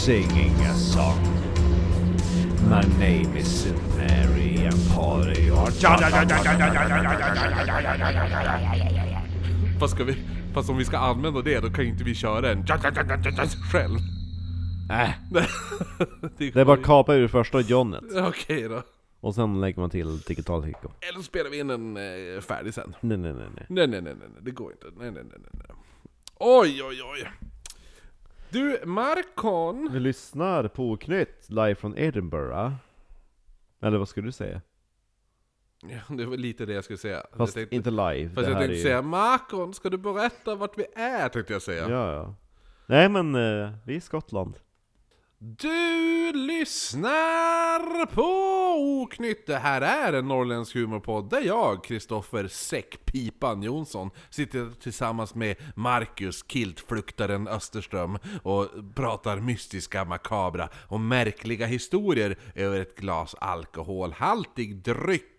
singing a song. My name is St. Mary and party on. Fast om vi ska använda det, då kan inte vi köra en själv. Det är bara kapa ur första Jonet. Okej då. Och sen lägger man till digital hicko. Eller spelar vi in en färdig sen. Nej. Nej, det går inte. Nej. Oj. Du, Markon. Vi lyssnar på Oknytt live från Edinburgh. Eller vad skulle du säga? Ja, det var lite det jag skulle säga. Fast tänkte, inte live. Fast jag tänkte säga, Markon, ska du berätta vart vi är, tänkte jag säga. Ja. Nej men, vi är i Skottland. Du lyssnar på Oknytt. Det här är en norrländsk humorpodd där jag, Kristoffer Säckpipan Jonsson, sitter tillsammans med Marcus Kiltfluktaren Österström och pratar mystiska, makabra och märkliga historier över ett glas alkoholhaltig dryck.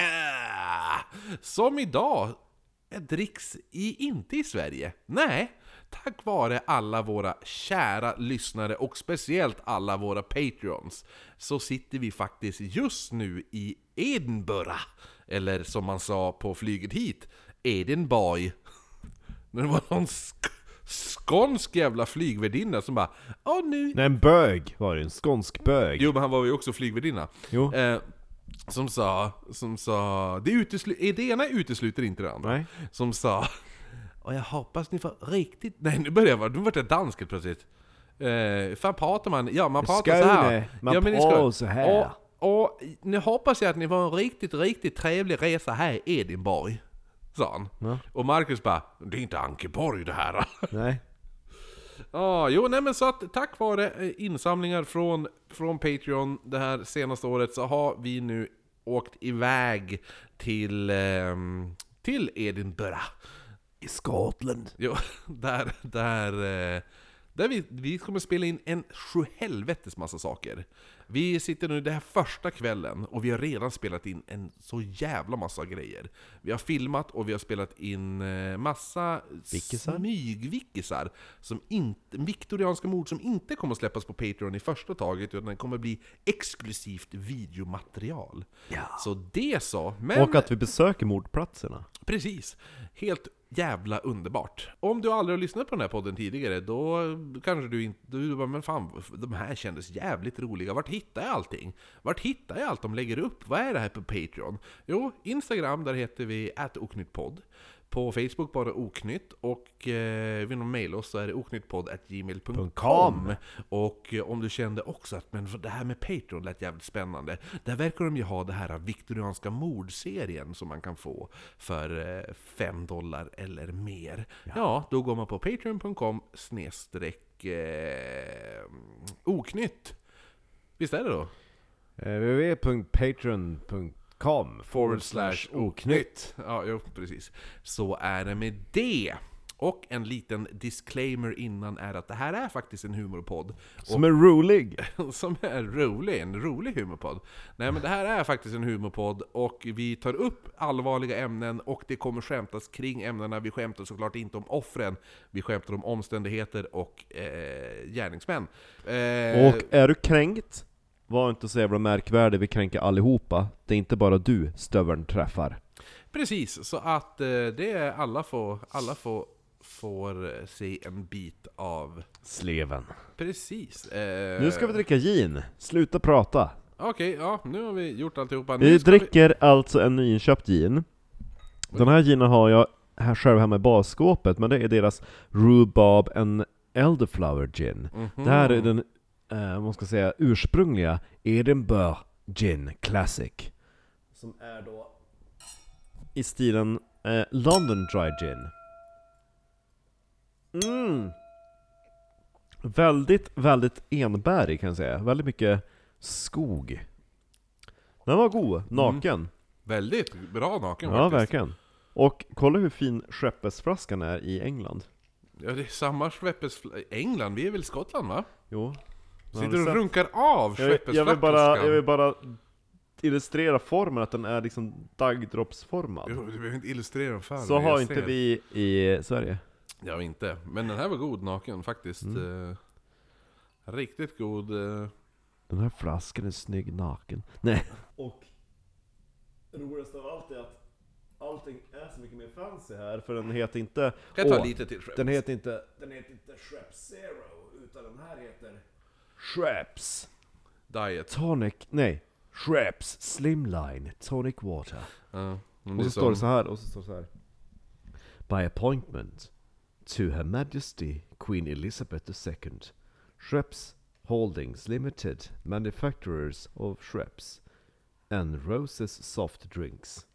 Som idag dricks inte i Sverige. Nej, tack vare alla våra kära lyssnare och speciellt alla våra Patreons så sitter vi faktiskt just nu i Edinburgh. Eller som man sa på flyget hit, Edinburgh. Det var någon skånsk jävla flygvärdinna som bara nu... Nej, en bög var det, en skånsk bög. Jo, men han var ju också flygvärdinna. Jo. Som sa det ena utesluter inte det andra. Nej. Som sa, och jag hoppas ni får riktigt... Nej, nu vart det danskt plötsligt. Fan pratar man? Ja, man pratar så här. Man pratar så här. Och nu hoppas jag att ni får en riktigt, riktigt trevlig resa här i Edinburgh, sa han. Ja. Och Marcus bara, det är inte Ankeborg det här. Nej. Men så att tack vare insamlingar från Patreon det här senaste året så har vi nu åkt iväg till Edinburgh I Skottland. Jo, där vi kommer spela in en sjuhelvetes massa saker. Vi sitter nu det här första kvällen och vi har redan spelat in en så jävla massa grejer. Vi har filmat och vi har spelat in massa smygvickisar som inte, viktorianska mord som inte kommer att släppas på Patreon i första taget, utan den kommer bli exklusivt videomaterial. Ja. Så det så, men... Och att vi besöker mordplatserna. Precis, helt jävla underbart. Om du aldrig har lyssnat på den här podden tidigare, då kanske du bara, men fan, de här kändes jävligt roliga. Vart hittar jag allting? Vart hittar jag allt de lägger upp? Vad är det här på Patreon? Jo, Instagram, där heter vi @oknyttpodd. På Facebook bara Oknytt, och vill någon mejla oss så är det oknyttpodd@gmail.com. Och om du kände också att men det här med Patreon lät jävligt spännande, där verkar de ju ha det här viktorianska mordserien som man kan få för $5 eller mer. Ja, då går man på patreon.com/oknytt. Visst är det då? www.patreon.com/oknytt. Ja, jo, precis. Så är det med det. Och en liten disclaimer innan är att det här är faktiskt en humorpodd. Som är rolig. Som är rolig, en rolig humorpodd. Nej, men det här är faktiskt en humorpodd och vi tar upp allvarliga ämnen och det kommer skämtas kring ämnena. Vi skämtar såklart inte om offren. Vi skämtar om omständigheter och gärningsmän. Och är du kränkt? Var inte så jävla märkvärdig, vi kränker allihopa. Det är inte bara du stövern träffar. Precis, så att det är alla får se en bit av sleven. Precis. Nu ska vi dricka gin. Sluta prata. Okej, ja, nu har vi gjort alltihopa. Vi dricker alltså en nyinköpt gin. Den här ginen har jag här själv hemma i basskåpet, men det är deras Rhubarb and Elderflower gin. Det här är den man ska säga ursprungliga Edinburgh Gin Classic, som är då i stilen London Dry Gin. Väldigt, väldigt enbärig kan jag säga. Väldigt mycket skog. Den var god, naken. Väldigt bra naken Ja, faktiskt. verkligen. Och kolla hur fin skeppesflaskan är i England. Ja, det är samma England, vi är väl Skottland, va? Jo. Sitter du och runkar av skeppesflaskan? Jag vill bara illustrera formen, att den är liksom daggdroppsformad. Jo, du behöver inte illustrera den för så har inte vi i Sverige. Ja, inte. Men den här var god naken faktiskt. Riktigt god. Den här flaskan är snygg naken. Nej. Och roligast av allt är att allting är så mycket mer fancy här. För den heter inte... Kan jag ta lite till Schweppes? Den heter inte Schweppes Zero. Utan den här heter Schweppes Diet. Tonic. Nej. Schweppes Slimline Tonic Water. Ja. Och så står det så här. Och så står det så här. By appointment to Her Majesty Queen Elizabeth II. Schweppes Holdings Limited, manufacturers of Schweppes and Roses soft drinks.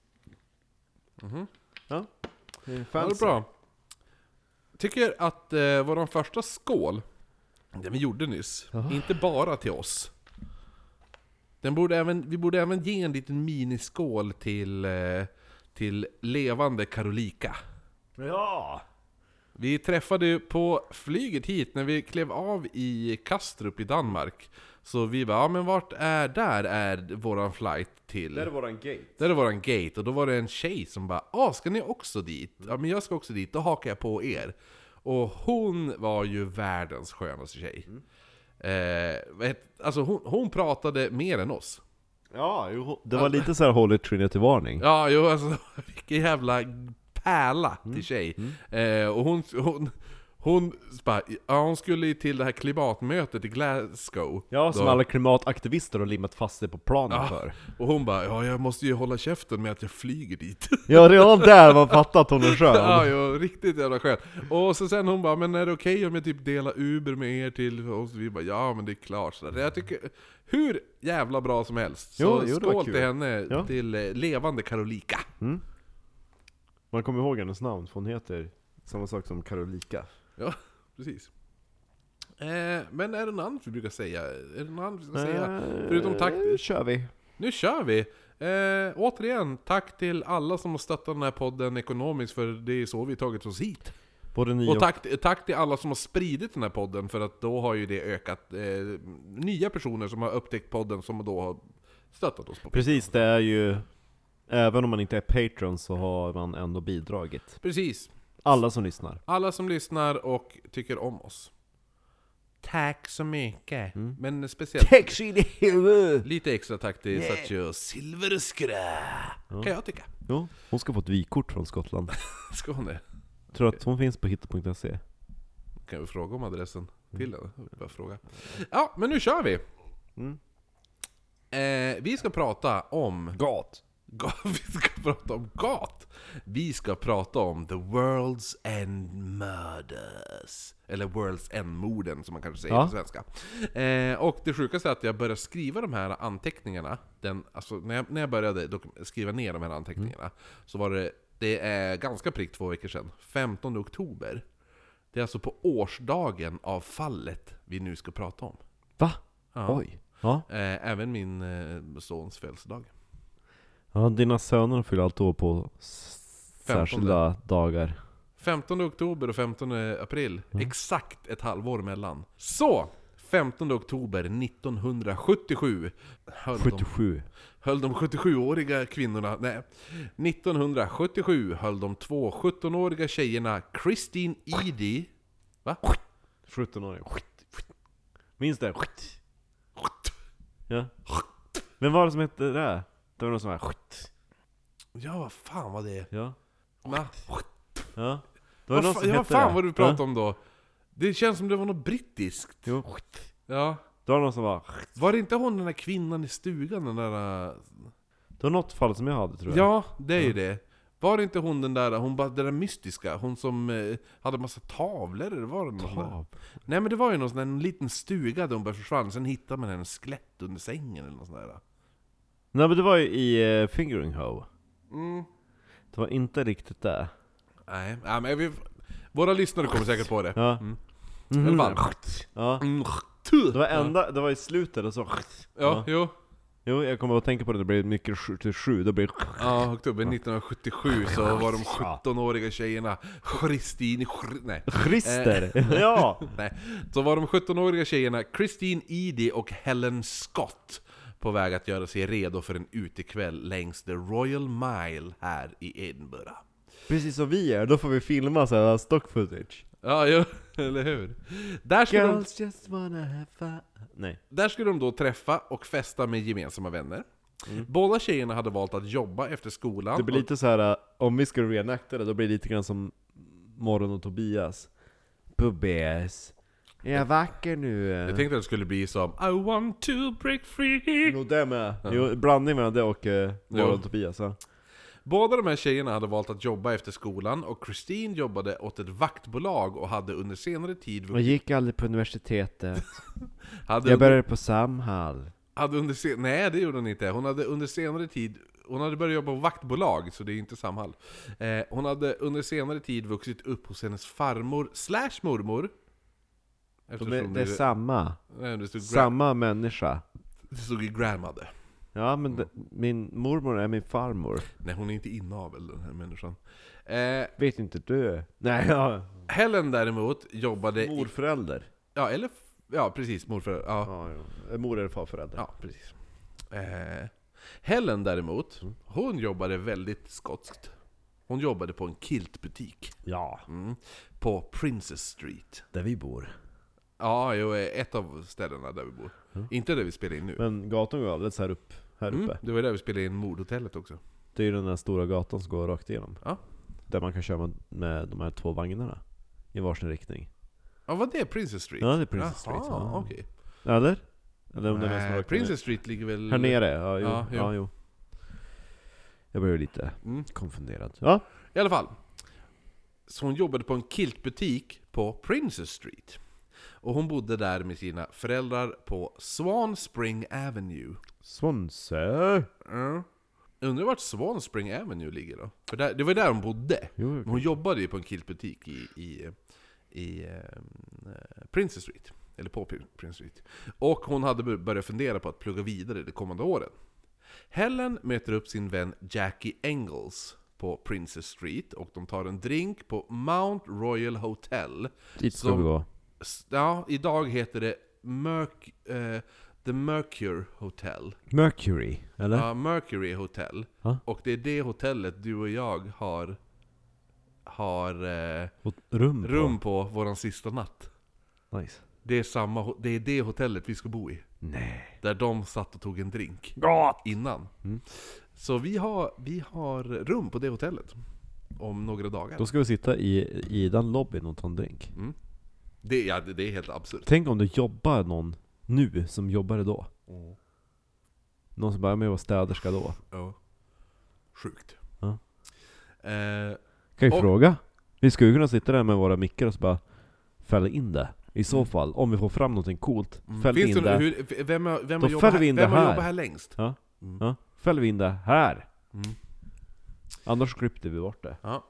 Ja, det är Ja, fancy. det är bra. Tycker att vår första skål, den vi gjorde nyss, inte bara till oss. Vi borde även ge en liten miniskål till levande Karolika. Ja! Vi träffade ju på flyget hit när vi klev av i Kastrup i Danmark. Så vi bara, ja men där är våran flight till? Det är våran gate. Där är våran gate, och då var det en tjej som bara, ska ni också dit? Ja men jag ska också dit, då hakar jag på er. Och hon var ju världens skönaste tjej. Alltså hon pratade mer än oss. Ja, det var lite så här Holy Trinity-varning. Ja, jo alltså, vilken jävla pärla till tjej. Och hon bara, hon skulle till det här klimatmötet i Glasgow. Ja, som då, alla klimataktivister har limmat fast sig på planen för. och hon bara, jag måste ju hålla käften med att jag flyger dit. Ja, redan där man fattar att hon är skön. Ja, riktigt jävla skön. Och så sen hon bara, men är det okej om jag typ delar Uber med er till oss? Vi bara, ja men det är klart. Så jag tycker, hur jävla bra som helst. Så skål till henne, till levande Karolika. Man kommer ihåg hennes namn, för hon heter samma sak som Karolika. Ja, precis. Men är det något annat vi brukar säga? Är det något annat vi ska säga? Förutom tack. Kör vi. Nu kör vi! Återigen, tack till alla som har stöttat den här podden ekonomiskt, för det är så vi tagit oss hit. Och tack till alla som har spridit den här podden, för att då har ju det ökat nya personer som har upptäckt podden, som då har stöttat oss på. Precis, det är ju... Även om man inte är Patreon så har man ändå bidragit. Precis. Alla som lyssnar. Alla som lyssnar och tycker om oss. Tack så mycket. Men speciellt Tack så mycket. lite extra tack till Satcho Silverskra. Kan jag tycka. Ja, hon ska få ett vykort från Skottland. Ska hon det? Tror att hon finns på hitta.se. Kan vi fråga om adressen till henne? Bara fråga. Ja, men nu kör vi. Vi ska prata om Gat. Vi ska prata om gat. Vi ska prata om The World's End Murders. Eller World's End-morden som man kanske säger på svenska. Och det sjukaste är att jag började skriva de här anteckningarna. Alltså när jag började skriva ner de här anteckningarna, så var det är ganska prick 2 veckor sedan. 15 oktober. Det är alltså på årsdagen av fallet vi nu ska prata om. Va? Ja. Oj. Ja. Även min sons födelsedag. Ja, dina söner fyller alltid år på särskilda dagar. 15 oktober och 15 april. Exakt ett halvår mellan. Så! 15 oktober 1977 höll de 77-åriga kvinnorna... Nej. 1977 höll de 2 17-åriga tjejerna Christine Edie... Va? 17-åriga. Minns det? Ja. Vem var det som hette det? Det var någon som var... Ja, vad fan var det? Ja. Va? Ja. Det var någon som hette vad fan det. var du pratade om då? Det känns som det var något brittiskt. Jo. Ja. Det var någon som var... Var det inte hon den där kvinnan i stugan? Den där... Det var något fall som jag hade, tror jag. Ja, det är ju det. Var det inte hon den där mystiska? Hon som hade massa tavlor, eller var det någon där? Nej, men det var ju någon sån där, en liten stuga där hon bara försvann. Sen hittade man en skelett under sängen eller något sånt där. Nej, men det var ju i Fingering Hoe. Det var inte riktigt där. Nej, men våra lyssnare kommer säkert på det. Ja. I alla fall. Ja. Det var i slutet och så. Ja, jo. Jo, jag kommer att tänka på det. Det blev mycket 7. Det blev... Ja, oktober 1977 så var de 17-åriga tjejerna Christer. Ja. Nej. Så var de 17-åriga tjejerna Christine Edie och Helen Scott på väg att göra sig redo för en utekväll längs The Royal Mile här i Edinburgh. Precis som vi är, då får vi filma så här stock footage. Ja, jo, eller hur? Där skulle, Girls just wanna have fun. Nej. där skulle de då träffa och festa med gemensamma vänner. Båda tjejerna hade valt att jobba efter skolan. Det blir lite så här, om vi ska reenacta det, då blir det lite grann som Morgon och Tobias. Tobias, är jag vacker nu? Jag tänkte att det skulle bli som I want to break free. Nog det med. Jo, blandning mellan det och Morgon och Tobias. Ja. Båda de här tjejerna hade valt att jobba efter skolan, och Christine jobbade åt ett vaktbolag och hade under senare tid Jag gick aldrig på universitetet. hade Jag började på Samhall. Nej, det gjorde hon inte. Hon hade under senare tid, hon hade börjat jobba på vaktbolag, så det är inte Samhall. Hon hade under senare tid vuxit upp hos hennes farmor / mormor. Det är samma. Det stod Samma människa. det stod ju grandmother. Ja, men min mormor är min farmor. Nej, hon är inte inavel, den här människan. Vet inte du? Nej, ja. Helen däremot jobbade Morförälder. Ja, precis, morfar. Ja. Ja. Mor eller farförälder. Ja, precis. Helen däremot, hon jobbade väldigt skotskt. Hon jobbade på en kiltbutik. Ja. På Princess Street. Där vi bor. Ja, ett av ställena där vi bor. Inte där vi spelar in nu. Men gatan går alldeles här uppe. Det var där vi spelade in mordhotellet också. Det är ju den där stora gatan som går rakt igenom. Ja. Där man kan köra med de här 2 vagnarna i varsin riktning. Ja, vad det är Princess Street? Ja, det är Princess Street. Ja, Ja. okej. Eller? Eller om det är Nej, Princess Street ligger väl... här nere. Ja, jo. Ja, jo. Ja, jo. Jag blev lite konfunderad. Ja. I alla fall. Så hon jobbade på en kiltbutik på Princess Street. Och hon bodde där med sina föräldrar på Swan Spring Avenue. Swansea. Undrar vart Swan Spring Avenue ligger då? För det var där hon bodde. Jo, Men hon jobbade ju på en kiltbutik i Princess Street. Eller på Princess Street. Och hon hade börjat fundera på att plugga vidare de kommande åren. Helen möter upp sin vän Jackie Engels på Princess Street, och de tar en drink på Mount Royal Hotel. Dit ska vi gå. Ja, idag heter det The Mercury Hotel. Mercury, eller? Ja, Mercury Hotel. Ha? Och det är det hotellet du och jag har rum på våran sista natt. Nice. Det är det hotellet vi ska bo i. Nej. Där de satt och tog en drink innan. Så vi har rum på det hotellet om några dagar. Då ska vi sitta i den lobbyn och ta en drink. Det är helt absurt. Tänk om det jobbar någon nu som jobbade då. Någon som bara med var städerska då. Ja. Sjukt. Ja. Och- Kan vi fråga? Vi skulle kunna sitta där med våra mickar och så bara fälla in det. I så fall, om vi får fram någonting coolt, fäll in det. Vem har Då fäller vi in det jobbat här. här längst? Ja. Ja. Fäller vi in det här. Annars krypter vi bort det. Ja.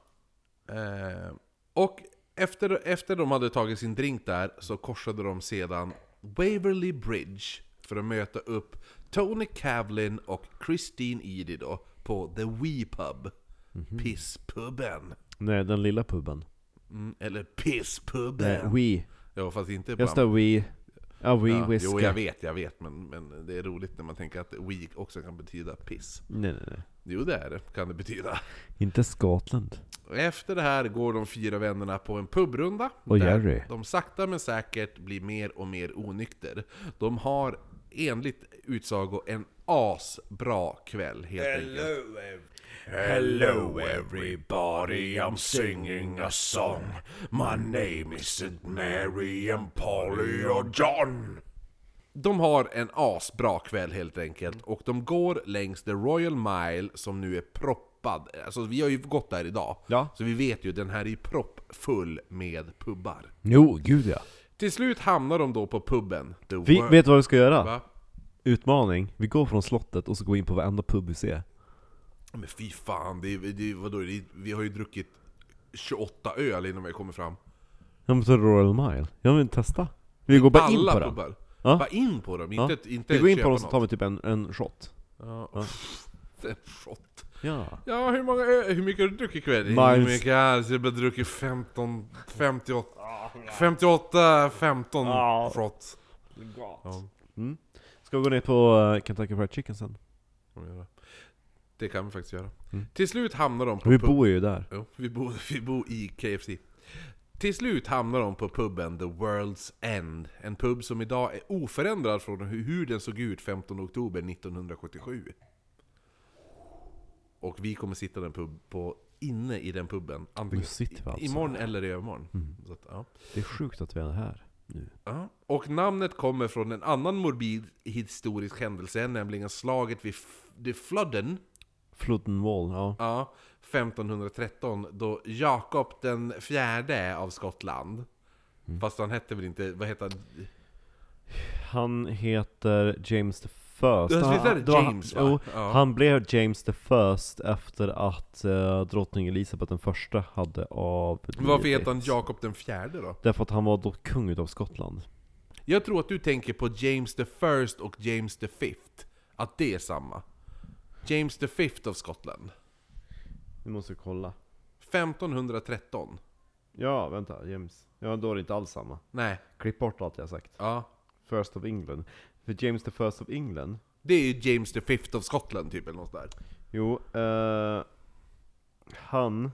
Och efter de hade tagit sin drink där, så korsade de sedan Waverly Bridge för att möta upp Tony Kavlin och Christine Edie då på The Wee Pub. Pisspubben. Nej, den lilla puben. Eller Pisspubben. We. Ja, fast inte Just det, we. Ja, we whisky. Jo, jag vet, men det är roligt när man tänker att we också kan betyda piss. Nej. Jo, det är det, kan det betyda. Inte Skottland. Efter det här går de 4 vännerna på en pubrunda. Och där Jerry. de sakta men säkert blir mer och mer onykter. De har enligt utsago en asbra kväll helt enkelt. Hello everybody, I'm singing a song. My name isn't Mary and Polly or John. De har en asbra kväll helt enkelt. Och de går längs The Royal Mile som nu är proppad. Alltså vi har ju gått där idag. Ja. Så vi vet ju, den här är ju proppfull med pubbar. Jo, gud ja. Till slut hamnar de då på pubben. Vi vet vad vi ska göra? Va? Utmaning. Vi går från slottet och så går in på varenda pub vi ser. Men fy fan, vi har ju druckit 28 öl innan vi kommer fram. Ja, men så Royal Mile. Jag vill testa. Vi går bara in på dem. Pubbar. Ja. Bara in på dem, Ja. inte Vi går in köpa på dem och så något. tar vi typ en shot. Ja. En shot. Ja. Ja, hur mycket har du druckit ikväll? Miles. Hur mycket alls? Jag har bara druckit 15 shot. Ja. Ska vi gå ner på Kentucky Fried Chicken sen? Det kan vi faktiskt göra. Till slut hamnar de på Vi bor ju där. Jo, vi bor i KFC. Till slut hamnar de på puben The World's End. En pub som idag är oförändrad från hur den såg ut 15 oktober 1977. Och vi kommer sitta inne i den puben. Antingen imorgon eller i övermorgon. Så att, ja. Det är sjukt att vi är här nu. Ja. Och namnet kommer från en annan morbid historisk händelse, nämligen slaget vid Flodden. Flodden Wall, ja. Ja, 1513, då Jakob den fjärde av Skottland. Fast han hette väl inte, vad heter han? Han heter James the First. James, va? Han blev James the First efter att drottning Elisabeth den första hade avlidit. Varför heter han Jakob den fjärde då? Därför att han var då kung utav Skottland. Jag tror att du tänker på James the First och James the Fifth. Att det är samma. James the Fifth av Skottland. Vi måste kolla. 1513. Ja, vänta, James. Ja, då är det inte alls samma. Nej. Klipp bort allt jag sagt. Ja. First of England. För James the First of England. Det är ju James the Fifth of Scotland typ, eller något där. Jo, han...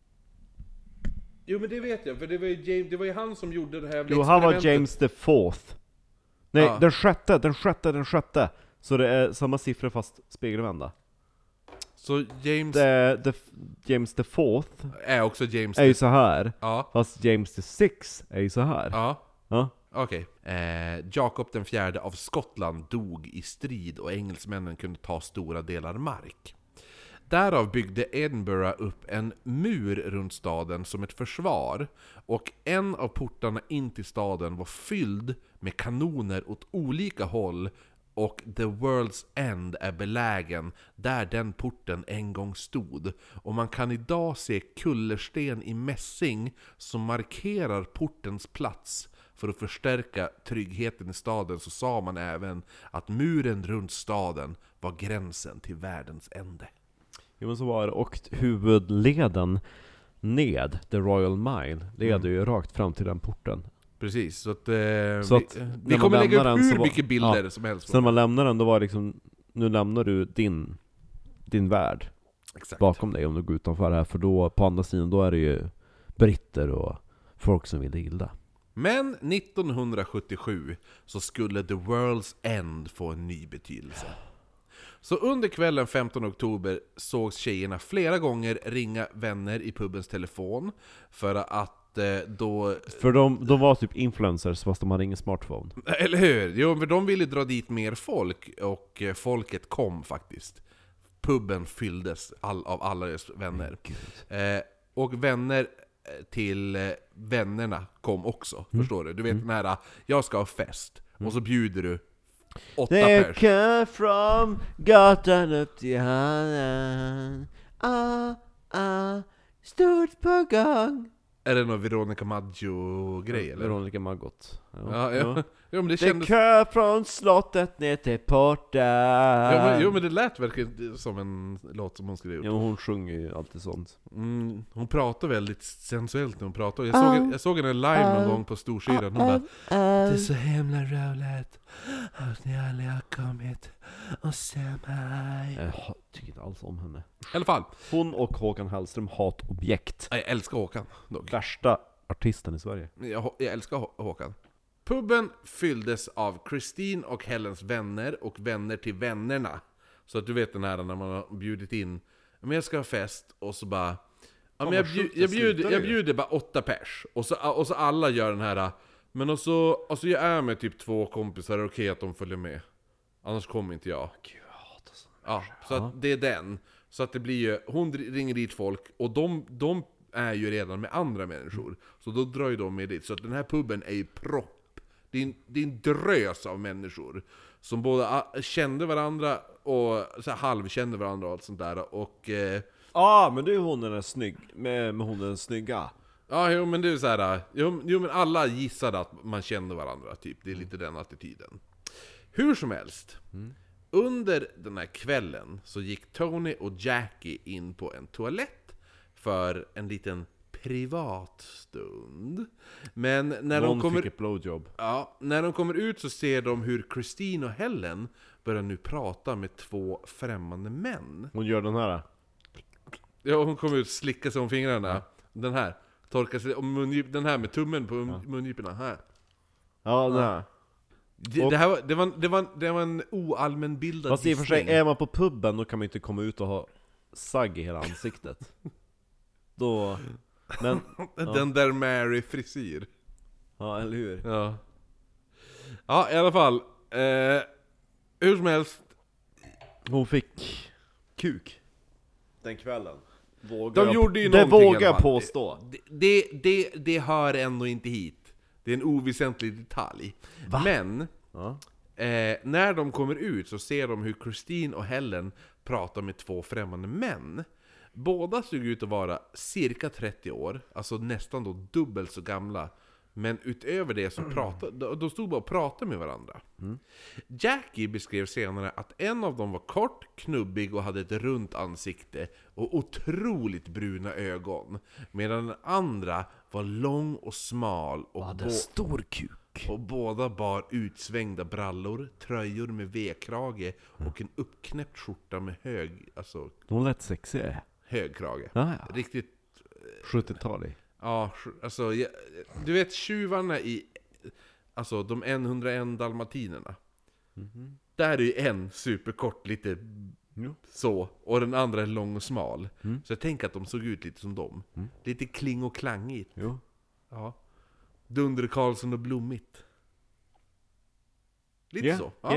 Jo men det vet jag, för det var ju han som gjorde det här. Jo, han var James the Fourth. Nej, Ja. den sjätte. Så det är samma siffror fast spegelvända. Så James James the Fourth är också James är ju så här. Ja. Fast James the Sixth är ju så här. Ja. Ja. Okej. Jakob den fjärde av Skottland dog i strid och engelsmännen kunde ta stora delar mark. Därav byggde Edinburgh upp en mur runt staden som ett försvar, och en av portarna in till staden var fylld med kanoner åt olika håll, och The World's End är belägen där den porten en gång stod. Och man kan idag se kullersten i mässing som markerar portens plats. För att förstärka tryggheten i staden så sa man även att muren runt staden var gränsen till världens ände. Jo, men så var det. Och huvudleden ned, The Royal Mile, leder ju rakt fram till den porten. Precis, så att, vi kommer lägga upp hur mycket bilder som helst. Så när man lämnar den, då var det liksom, nu lämnar du din värld. Exakt. Bakom dig om du går utanför här. För då, på andra sidan, då är det ju britter och folk som vill illa. Men 1977 så skulle The World's End få en ny betydelse. Så under kvällen 15 oktober sågs tjejerna flera gånger ringa vänner i pubens telefon för att då... För de var typ influencers fast de hade ingen smartphone. Eller hur? Jo, men de ville dra dit mer folk, och folket kom faktiskt. Puben fylldes av alla deras vänner. Och vänner till vännerna kom också, förstår du? Du vet den här, jag ska ha fest, och så bjuder du 8 They pers. come from gatan upp till hallen. Stort på gång. Är det någon Veronica Maggio-grej eller? Veronica Maggot. Ja. Jo, men det Det kändes... kör från slottet ner till porten. Jo, men det lät verkligen som en låt som hon skulle gjort. Ja, hon sjunger ju alltid sånt. Hon pratar väldigt sensuellt när hon pratar. Jag såg henne live någon gång på Storsyran. Hon bara, det är så himla roligt att ni aldrig har kommit och se mig. Jag tycker inte alls om henne. I alla fall. Hon och Håkan Hellström, hatobjekt. Jag älskar Håkan dock. Värsta artisten i Sverige. Jag älskar Håkan. Puben fylldes av Christine och Helens vänner och vänner till vännerna. Så att du vet den här när man har bjudit in, men jag ska ha fest, och så bara men jag bjuder bara 8 pers, och så alla gör den här, men och så jag är med typ 2 kompisar, okej att de följer med, annars kommer inte jag. Gud, jag hatar sånt. Ja, så att det är den. Så att det blir ju, hon ringer dit folk, och de är ju redan med andra människor, så då drar ju de med dit. Så att den här puben är ju propp. Det är en drös av människor som både kände varandra och så här halvkände varandra och allt sånt där. Och men det är hon den är snygg med hon den snygga. ja, jo, men det är så här. Jo, men alla gissade att man kände varandra typ. Det är lite den attityden. Hur som helst. Under den här kvällen så gick Tony och Jackie in på en toalett för en liten privat stund. Men när de kommer fick ett blowjob. Ja, när de kommer ut så ser de hur Christine och Helen börjar nu prata med 2 främmande män. Hon gör den här. Ja, hon kommer ut och slickar sig om fingrarna. Den här. Torkar sig, och den här med tummen på mungiporna här. Ja, det här. Det var en oallmänbildad Fast i och för sig, gissning. är man på puben då kan man ju inte komma ut och ha sagg i hela ansiktet. Då... Men... Den där Mary-frisyr. Ja, eller hur? Ja, i alla fall. Hur som helst. Hon fick kuk den kvällen. De gjorde ju det någonting i vågar alla jag fall. påstå. Det hör ändå inte hit. Det är en oväsentlig detalj. Va? Men Ja. när de kommer ut så ser de hur Christine och Helen pratar med 2 främmande män. Båda såg ut att vara cirka 30 år, alltså nästan då dubbelt så gamla. Men utöver det så de stod bara och pratade med varandra. Jackie beskrev senare att en av dem var kort, knubbig och hade ett runt ansikte och otroligt bruna ögon. Medan den andra var lång och smal och hade stor kuk. Och båda bar utsvängda brallor, tröjor med V-krage och en uppknäppt skjorta med Hon lät sexig. hög krage. Ja. Riktigt... 70-talig. Ja, alltså... Du vet tjuvarna i... Alltså de 101 dalmatinerna. Där är ju en superkort, lite så. Och den andra är lång och smal. Så jag tänker att de såg ut lite som dem. Lite kling och klangigt. Jo. Ja. Dunder Karlsson och blommigt. Lite så. Ja.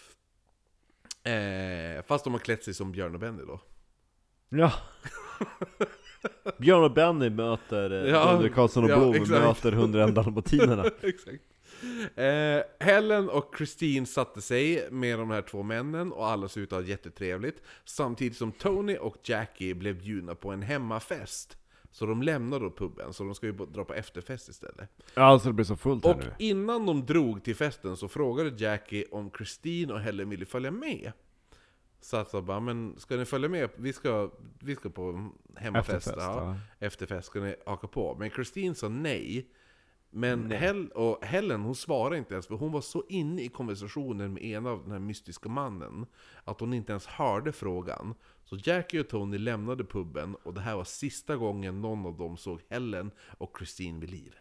Fast de har klätt sig som Björn och Benny då. Ja. Björn och Benny möter Dunder Karlsson och Blom möter 101 dalmatinerna. Exakt. Helen och Christine satte sig med de här 2 männen och alla såg ut att ha jättetrevligt. Samtidigt som Tony och Jackie blev bjudna på en hemmafest. Så de lämnade då puben, så de ska ju dra på efterfest istället. Alltså det blir så fullt här Och nu. innan de drog till festen så frågade Jackie om Christine och Helen ville följa med. Så att så bara, men ska ni följa med? Vi ska på hemmafest. Efterfest ska ni haka på. Men Christine sa nej. Men Helen, hon svarade inte ens, för hon var så inne i konversationen med en av den här mystiska mannen att hon inte ens hörde frågan. Så Jackie och Tony lämnade puben, och det här var sista gången någon av dem såg Helen och Christine vid liv.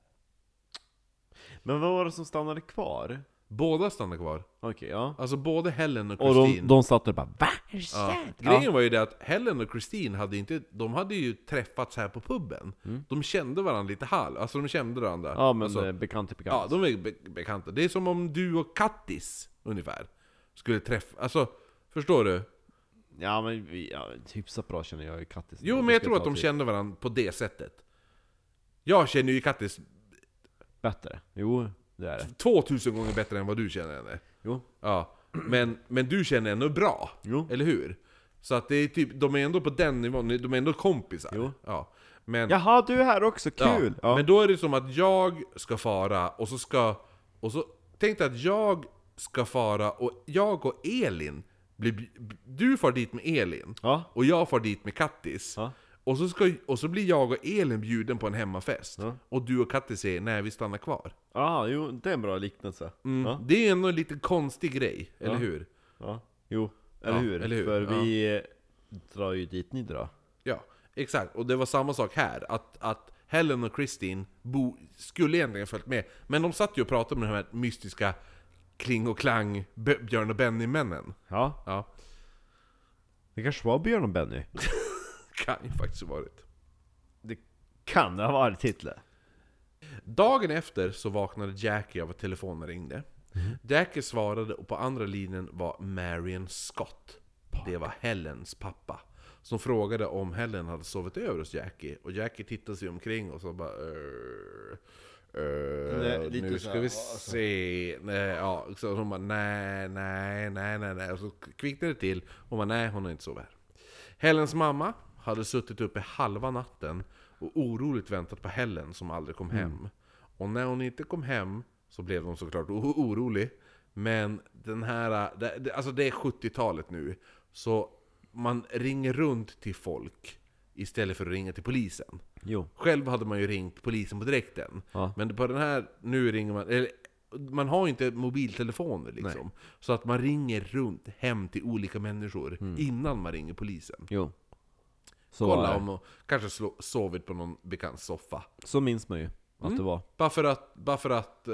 Men vad var det som stannade kvar? Båda stannade kvar. Okej, ja. Alltså både Helen och Och Christine. de satt där och bara, va? Ja. Grejen var ju det att Helen och Christine hade ju träffats här på puben. De kände varandra lite alltså de kände varandra. Ja, men alltså, bekant. Ja, de är bekanta. Det är som om du och Kattis ungefär skulle träffa, alltså, förstår du? Ja, men hyfsat bra känner jag ju Kattis. Jo, men jag tror att de kände varandra på det sättet. Jag känner ju Kattis bättre. Jo, det är det. 2000 gånger bättre än vad du känner henne. Jo. Ja, men du känner henne bra. Jo. Eller hur? Så att det är typ, de är ändå på den nivån, de är ändå kompisar. Jo. Ja. Men, Jaha, du är här också, kul! Ja. Men då är det som att jag ska fara, och så tänkte jag att jag ska fara, och jag och Elin du far dit med Elin, Ja. och jag far dit med Kattis. Ja. Och så blir jag och Elin bjuden på en hemmafest. Ja. Och du och Kattis säger nej, vi stannar kvar. Jo, det är en bra liknelse. Ja. Det är ändå en lite konstig grej, eller hur? Ja. Jo, eller hur? eller hur? För vi drar ju dit ni drar. Ja, exakt. Och det var samma sak här. Att Helen och Christine skulle egentligen följt med. Men de satt ju och pratade med de här mystiska kling och klang Björn och Benny-männen. Ja. Ja, Det kanske var Björn och Benny. kan ju faktiskt ha varit. Det kan det ha varit titlar. Dagen efter så vaknade Jackie av att telefonen ringde. Jackie svarade, och på andra linjen var Marion Scott. Det var Helens pappa. Som frågade om Helen hade sovit över hos Jackie. Och Jackie tittade sig omkring och så bara... nu ska vi se... Nej, ja, så hon bara nej. Och så kvicknade det till. Hon bara nej, hon har inte sovit här. Helens mamma hade suttit uppe halva natten och oroligt väntat på Helen som aldrig kom hem. Och när hon inte kom hem så blev de såklart orolig. Men den här... Alltså det är 70-talet nu. Så man ringer runt till folk istället för att ringa till polisen. Jo. Själv hade man ju ringt polisen på direkten. Ja. Men på den här, nu ringer man... Eller, man har inte mobiltelefoner liksom. Nej. Så att man ringer runt hem till olika människor innan man ringer polisen. Jo. Så kolla om hon kanske sovit på någon bekant soffa. Så minns man ju att det var. Bara för att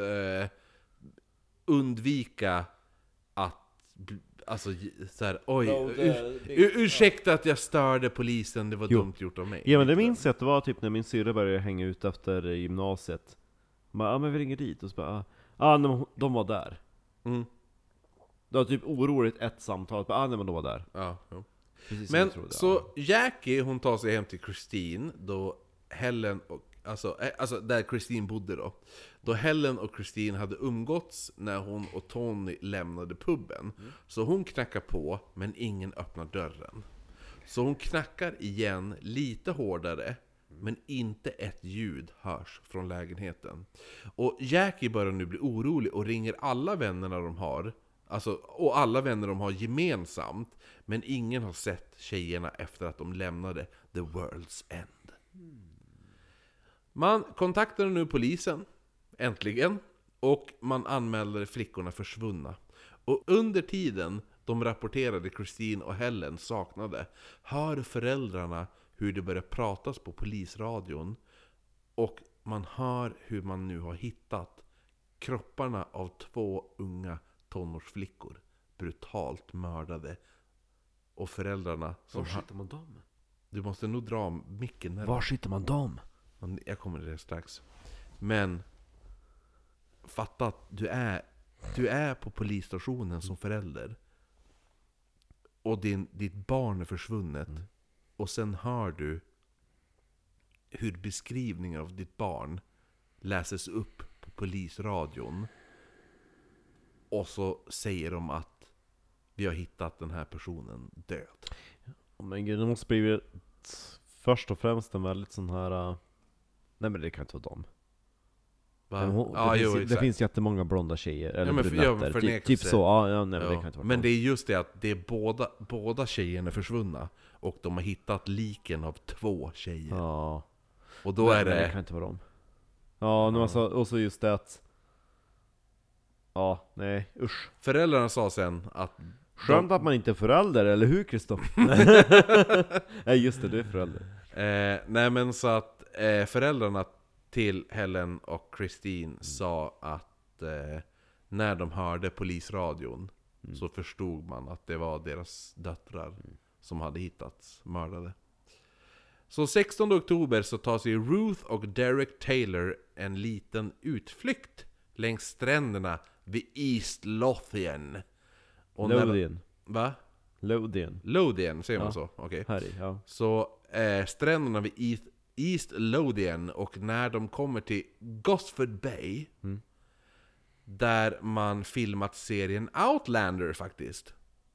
undvika att alltså så här, ursäkta att jag störde polisen, det var dumt gjort av mig. Ja, men det minns jag att det var typ när min syrra började hänga ut efter gymnasiet. Men vi ringer dit och så bara, de var där. Det var typ oroligt ett samtal, men de var där. Ja. Men så Jackie, hon tar sig hem till Christine då Helen och alltså där Christine bodde då Helen och Christine hade umgåtts när hon och Tony lämnade puben. Så hon knackar på, men ingen öppnar dörren. Så hon knackar igen lite hårdare, men inte ett ljud hörs från lägenheten. Och Jackie börjar nu bli orolig och ringer alla vännerna de har, och alla vänner de har gemensamt, men ingen har sett tjejerna efter att de lämnade The World's End. Man kontaktade nu polisen, äntligen, och man anmälde flickorna försvunna. Och under tiden de rapporterade Christine och Helen saknade, hör föräldrarna hur det börjar pratas på polisradion, och man hör hur man nu har hittat kropparna av 2 unga tonårsflickor, brutalt mördade. Och föräldrarna som... Var sitter man dem? Du måste nog dra micken närmare. Var sitter man dem? Jag kommer till det strax. Men fatta att du är på polisstationen som förälder, och ditt barn är försvunnet. Och sen hör du hur beskrivningar av ditt barn läses upp på polisradion. Och så säger de att vi har hittat den här personen död. Men gud, det måste bli först och främst en väldigt sån här... Nej, men det kan inte vara dem. Det finns jättemånga blonda tjejer eller brunetter, typ så. Men det kan inte vara. Men det är just det att det är båda tjejerna är försvunna, och de har hittat liken av 2 tjejer. Ja. Och då är det kan inte vara dem. Ja, nu alltså, och så just det att... Ja, nej, usch. Föräldrarna sa sen att... Skönt att man inte är förälder, eller hur, Kristoff? Nej, just det, du är förälder. Nej, men så att föräldrarna till Helen och Christine sa att när de hörde polisradion så förstod man att det var deras döttrar som hade hittats mördade. Så 16 oktober så tar sig Ruth och Derek Taylor en liten utflykt längs stränderna vid East Lothian. Lothian. Va? Lothian, säger man så? Okej. Ja. Så stränderna vid East Lothian, och när de kommer till Gosford Bay, där man filmat serien Outlander faktiskt.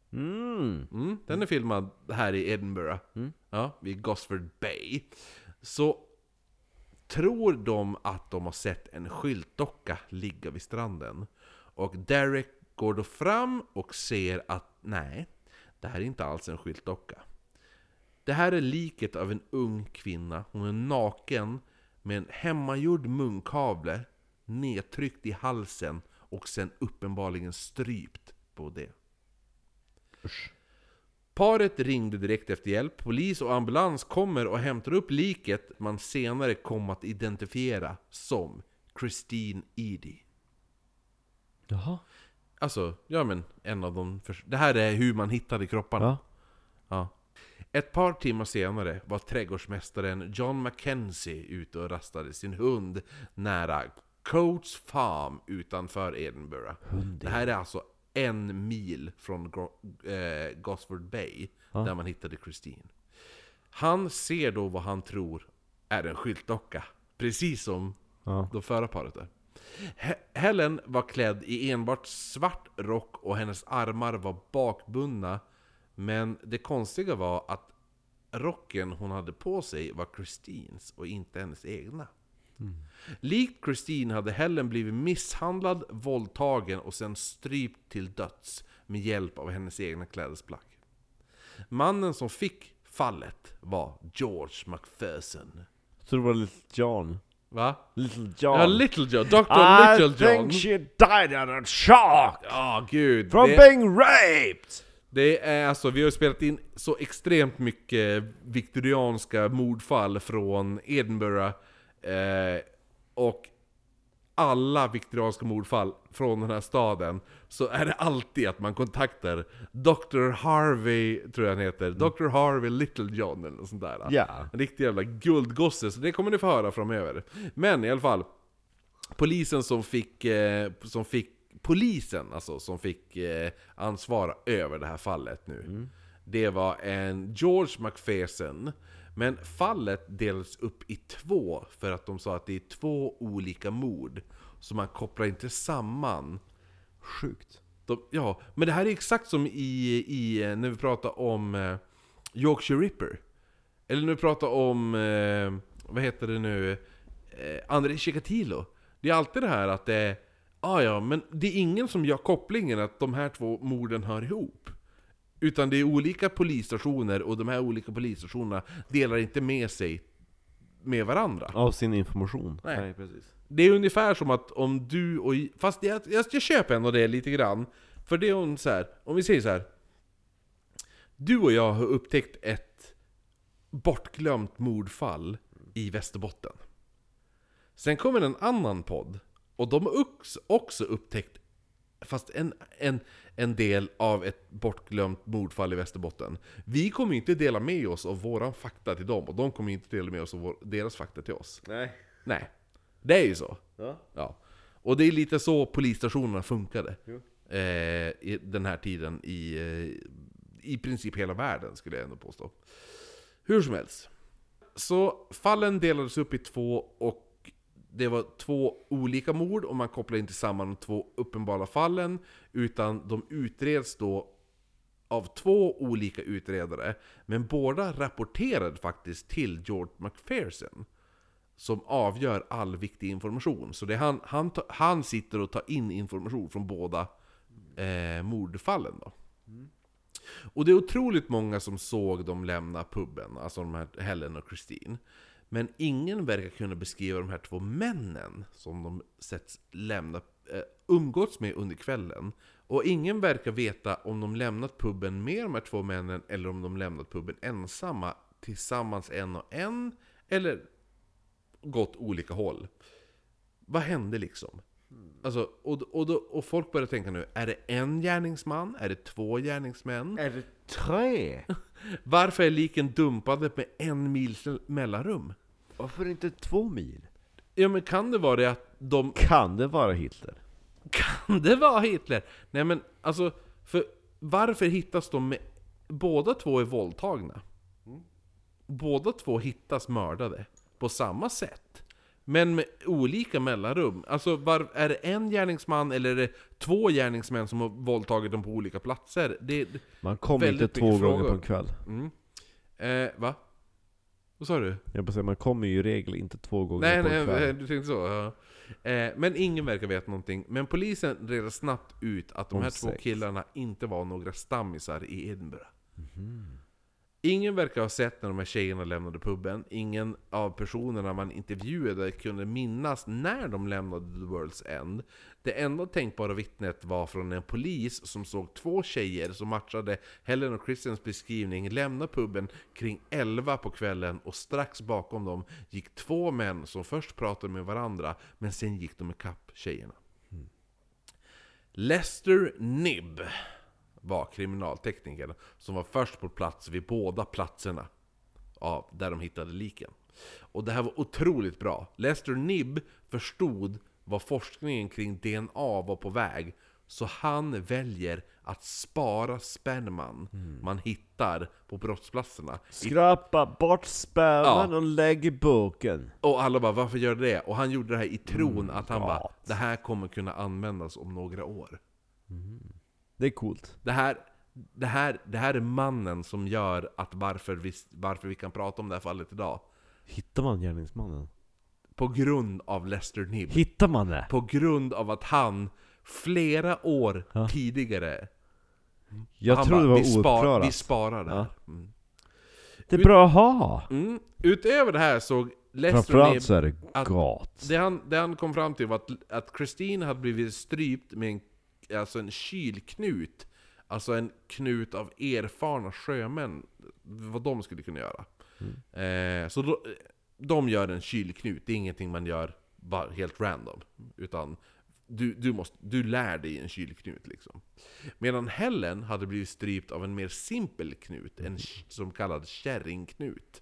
Den är filmad här i Edinburgh, vid Gosford Bay. Så tror de att de har sett en skyltdocka ligga vid stranden. Och Derek går då fram och ser att nej, det här är inte alls en skyltdocka. Det här är liket av en ung kvinna. Hon är naken med en hemmagjord munkavle nedtryckt i halsen och sen uppenbarligen strypt på det. Usch. Paret ringde direkt efter hjälp. Polis och ambulans kommer och hämtar upp liket man senare kom att identifiera som Christine Edie. Jaha. Alltså, ja men en av dem. Det här är hur man hittade kropparna. Ja. Ett par timmar senare var trädgårdsmästaren John Mackenzie ute och rastade sin hund nära Coates Farm utanför Edinburgh. Det här är alltså 1 mil från Gosford Bay, där man hittade Christine. Han ser då vad han tror är en skyltdocka, precis som de förra paret där. Helen var klädd i enbart svart rock och hennes armar var bakbundna. Men det konstiga var att rocken hon hade på sig var Christines och inte hennes egna. Likt Christine hade Helen blivit misshandlad, våldtagen och sen strypt till döds med hjälp av hennes egna klädesplagg. Mannen som fick fallet var George Macpherson. Jag tror det var Little John. Va? Little John. Ja, Little John. Dr. Little John. I think she died out of shock. Ja, gud. From being raped. Det är alltså, vi har spelat in så extremt mycket viktorianska mordfall från Edinburgh. Och alla viktorianska mordfall från den här staden, så är det alltid att man kontaktar Dr. Harvey, tror jag han heter. Dr. Harvey Littlejohn eller något sånt där. Ja. En riktig jävla guldgosse, så det kommer ni få höra framöver. Men i alla fall, polisen som fick ansvara över det här fallet nu. Det var en George Macpherson. Men fallet delades upp i 2 för att de sa att det är 2 olika mord som man kopplar inte samman. Sjukt. Ja, men det här är exakt som i när vi pratar om Yorkshire Ripper. Eller när vi pratar om vad heter det nu, André Chikatilo. Det är alltid det här att det är men det är ingen som gör kopplingen att de här 2 morden hör ihop. Utan det är olika polisstationer, och de här olika polisstationerna delar inte med sig med varandra. Av sin information. Nej. precis. Det är ungefär som att om du och... Fast jag köper ändå det lite grann. För det är så här, om vi säger så här. Du och jag har upptäckt ett bortglömt mordfall i Västerbotten. Sen kommer en annan podd, och de har också upptäckt fast en del av ett bortglömt mordfall i Västerbotten. Vi kommer inte dela med oss av våran fakta till dem, och de kommer inte dela med oss av deras fakta till oss. Nej. Det är ju så. Ja. Och det är lite så polisstationerna funkade i den här tiden i princip hela världen, skulle jag ändå påstå. Hur som helst. Så fallen delades upp i 2, och det var 2 olika mord, och man kopplar inte samman de 2 uppenbara fallen, utan de utreds då av 2 olika utredare. Men båda rapporterade faktiskt till George Macpherson, som avgör all viktig information. Så det är han sitter och tar in information från båda mordfallen då. Och det är otroligt många som såg dem lämna puben, alltså de här Helen och Christine. Men ingen verkar kunna beskriva de här 2 männen som de umgåtts med under kvällen. Och ingen verkar veta om de lämnat puben med de här 2 männen, eller om de lämnat puben ensamma, tillsammans en och en, eller gått olika håll. Vad hände liksom? Alltså, och folk börjar tänka nu, är det en gärningsman? Är det 2 gärningsmän? Är det 3? Varför är liken dumpade med 1 mils mellanrum? Varför inte 2 mil? Ja, men kan det vara det att de... Kan det vara Hitler? Kan det vara Hitler? Nej, men alltså, för varför hittas de med... Båda 2 är våldtagna. Båda 2 hittas mördade på samma sätt, men med olika mellanrum. Alltså, är det en gärningsman eller är det 2 gärningsmän som har våldtagit dem på olika platser? Man kommer inte 2 gånger på en kväll. Va? Vad sa du? Jag bara säga, man kommer ju i regel inte 2 gånger på en kväll. Nej, du tänkte så. Ja. Men ingen verkar veta någonting. Men polisen reder snabbt ut att de här 2 killarna inte var några stammisar i Edinburgh. Ingen verkar ha sett när de här tjejerna lämnade puben. Ingen av personerna man intervjuade kunde minnas när de lämnade The World's End. Det enda tänkbara vittnet var från en polis som såg 2 tjejer som matchade Helen och Christians beskrivning lämna puben kring 11 på kvällen, och strax bakom dem gick 2 män som först pratade med varandra, men sen gick de ikapp tjejerna. Lester Knibb var kriminaltekniker som var först på plats vid båda platserna där de hittade liken. Och det här var otroligt bra. Lester Knibb förstod vad forskningen kring DNA var på väg, så han väljer att spara sperman man hittar på brottsplatserna. Skrapa bort sperman och lägg i boken. Och alla bara, varför gör det? Och han gjorde det här i tron att han bara, det här kommer kunna användas om några år. Det är coolt. Det här är mannen som gör att varför vi kan prata om det här fallet idag. Hittar man gärningsmannen? På grund av Lester Knibb. Hittar man det? På grund av att han flera år tidigare... Jag tror det var ouppklarat. Vi sparar det här. Det är bra att ha. Utöver det här såg Lester framförallt så är det gott. Det han kom fram till var att Christine hade blivit strypt med en kylknut Alltså en knut av erfarna sjömän, vad de skulle kunna göra. Så de gör en kylknut, det är ingenting man gör bara helt random, utan du lär dig en kylknut liksom. Medan Helen hade blivit strypt av en mer simpel knut, en som kallad kärringknut.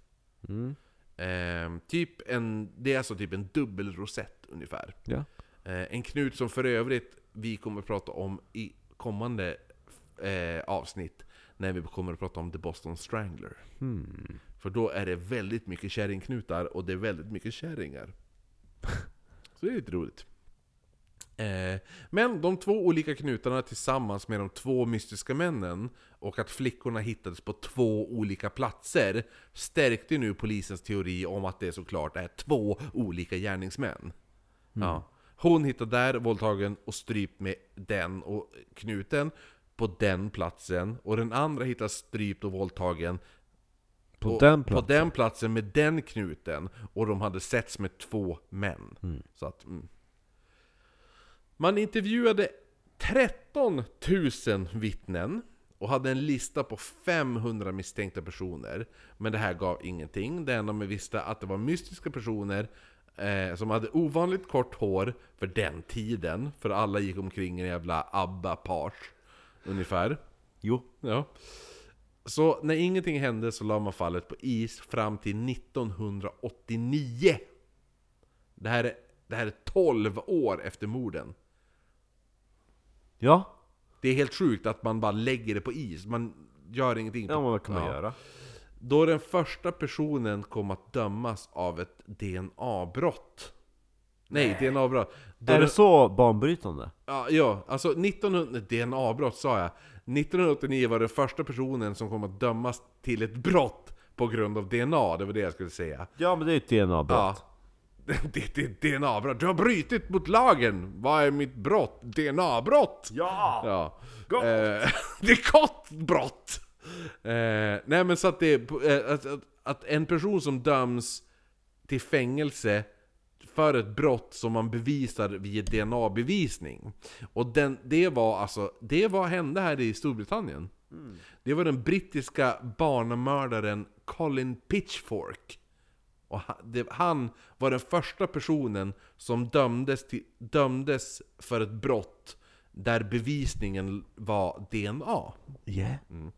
Det är alltså typ en dubbelrosett ungefär. Ja. En knut som för övrigt vi kommer att prata om i kommande avsnitt, när vi kommer att prata om The Boston Strangler. För då är det väldigt mycket kärringknutar och det är väldigt mycket kärringar. Så det är lite roligt. Men de 2 olika knutarna tillsammans med de 2 mystiska männen och att flickorna hittades på 2 olika platser stärkte nu polisens teori om att det såklart är 2 olika gärningsmän. Ja. Hon hittade där våldtagen och strypt med den och knuten på den platsen, och den andra hittade strypt och våldtagen På den platsen med den knuten, och de hade setts med 2 män. Så att, man intervjuade 13 000 vittnen och hade en lista på 500 misstänkta personer, men det här gav ingenting. Det enda man visste att det var mystiska personer som hade ovanligt kort hår för den tiden, för alla gick omkring en jävla ABBA-page ungefär. Jo. Ja. Så när ingenting hände så la man fallet på is fram till 1989. Det här är 12 år efter morden. Ja. Det är helt sjukt att man bara lägger det på is. Man gör ingenting. Ja, men vad kan man göra? Då den första personen kom att dömas av ett DNA-brott. Nej, DNA-brott. Är det så banbrytande? Ja, alltså DNA-brott sa jag. 1989 var den första personen som kom att dömas till ett brott på grund av DNA. Det var det jag skulle säga. Ja, men det är ett DNA-brott. Ja. Det är DNA-brott. Du har brutit mot lagen. Vad är mitt brott? DNA-brott. Ja. Det är gott brott. Nej, men så att det att en person som döms till fängelse för ett brott som man bevisar via DNA-bevisning. Och det hände här i Storbritannien. Det var den brittiska barnamördaren Colin Pitchfork. Och han var den första personen som dömdes för ett brott där bevisningen var DNA. Yeah.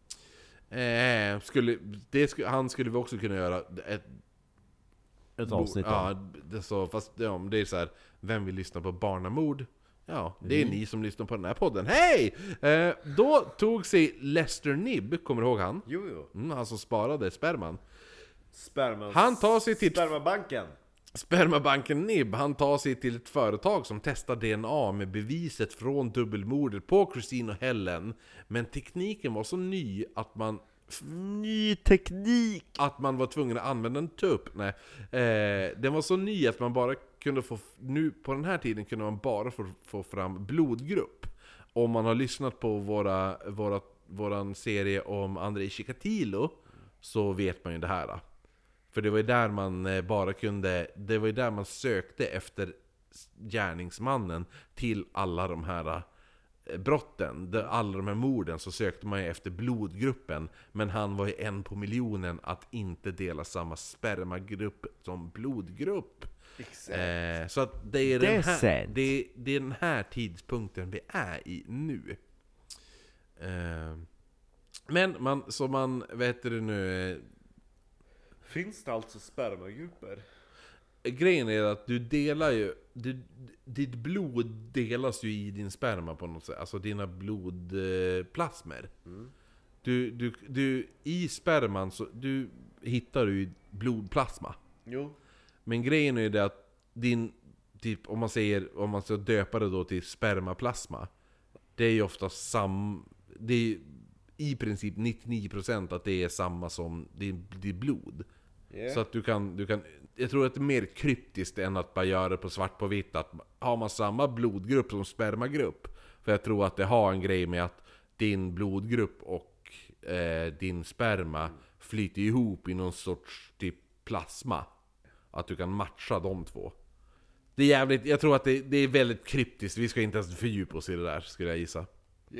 Han skulle vi också kunna göra Ett avsnitt. Ja, det är så här, vem vill lyssna på barnamord? Ja, det är ni som lyssnar på den här podden. Hej! Då tog sig Lester Nibb, kommer du ihåg han? Jo. Han som sparade sperman. Sperma. Han tar sig till Spermabanken. Spermabanken Nibb. Han tar sig till ett företag som testar DNA med beviset från dubbelmordet på Christine och Helen. Men tekniken var så ny att man... Ny teknik! Att man var tvungen att använda en tupp. Nej. Den var så ny att man bara kunde få... Nu på den här tiden kunde man bara få fram blodgrupp. Om man har lyssnat på våran serie om Andrei Chikatilo, så vet man ju det här. För det var ju där man bara kunde... Det var ju där man sökte efter gärningsmannen till alla de här brotten. Alla de här morden, så sökte man ju efter blodgruppen. Men han var ju 1 på miljonen att inte dela samma spermagrupp som blodgrupp. Så att det är den här tidpunkten vi är i nu. Men man vet det nu... Finns det alltså spermagrupper? Grejen är att du delar ju... Ditt blod delas ju i din sperma på något sätt. Alltså dina blodplasmer. Du i sperman så du hittar du blodplasma. Jo. Men grejen är ju det att din... Typ, om man ska döpa det då till spermaplasma, det är ju ofta det är i princip 99% att det är samma som ditt blod. Yeah. Så att du kan... Jag tror att det är mer kryptiskt än att bara göra det på svart på vitt. Att har man samma blodgrupp som spermagrupp. För jag tror att det har en grej med att din blodgrupp och din sperma flyter ihop i någon sorts typ plasma. Att du kan matcha de två. Det är jävligt... Jag tror att det är väldigt kryptiskt. Vi ska inte ens fördjupa oss i det där, skulle jag gissa.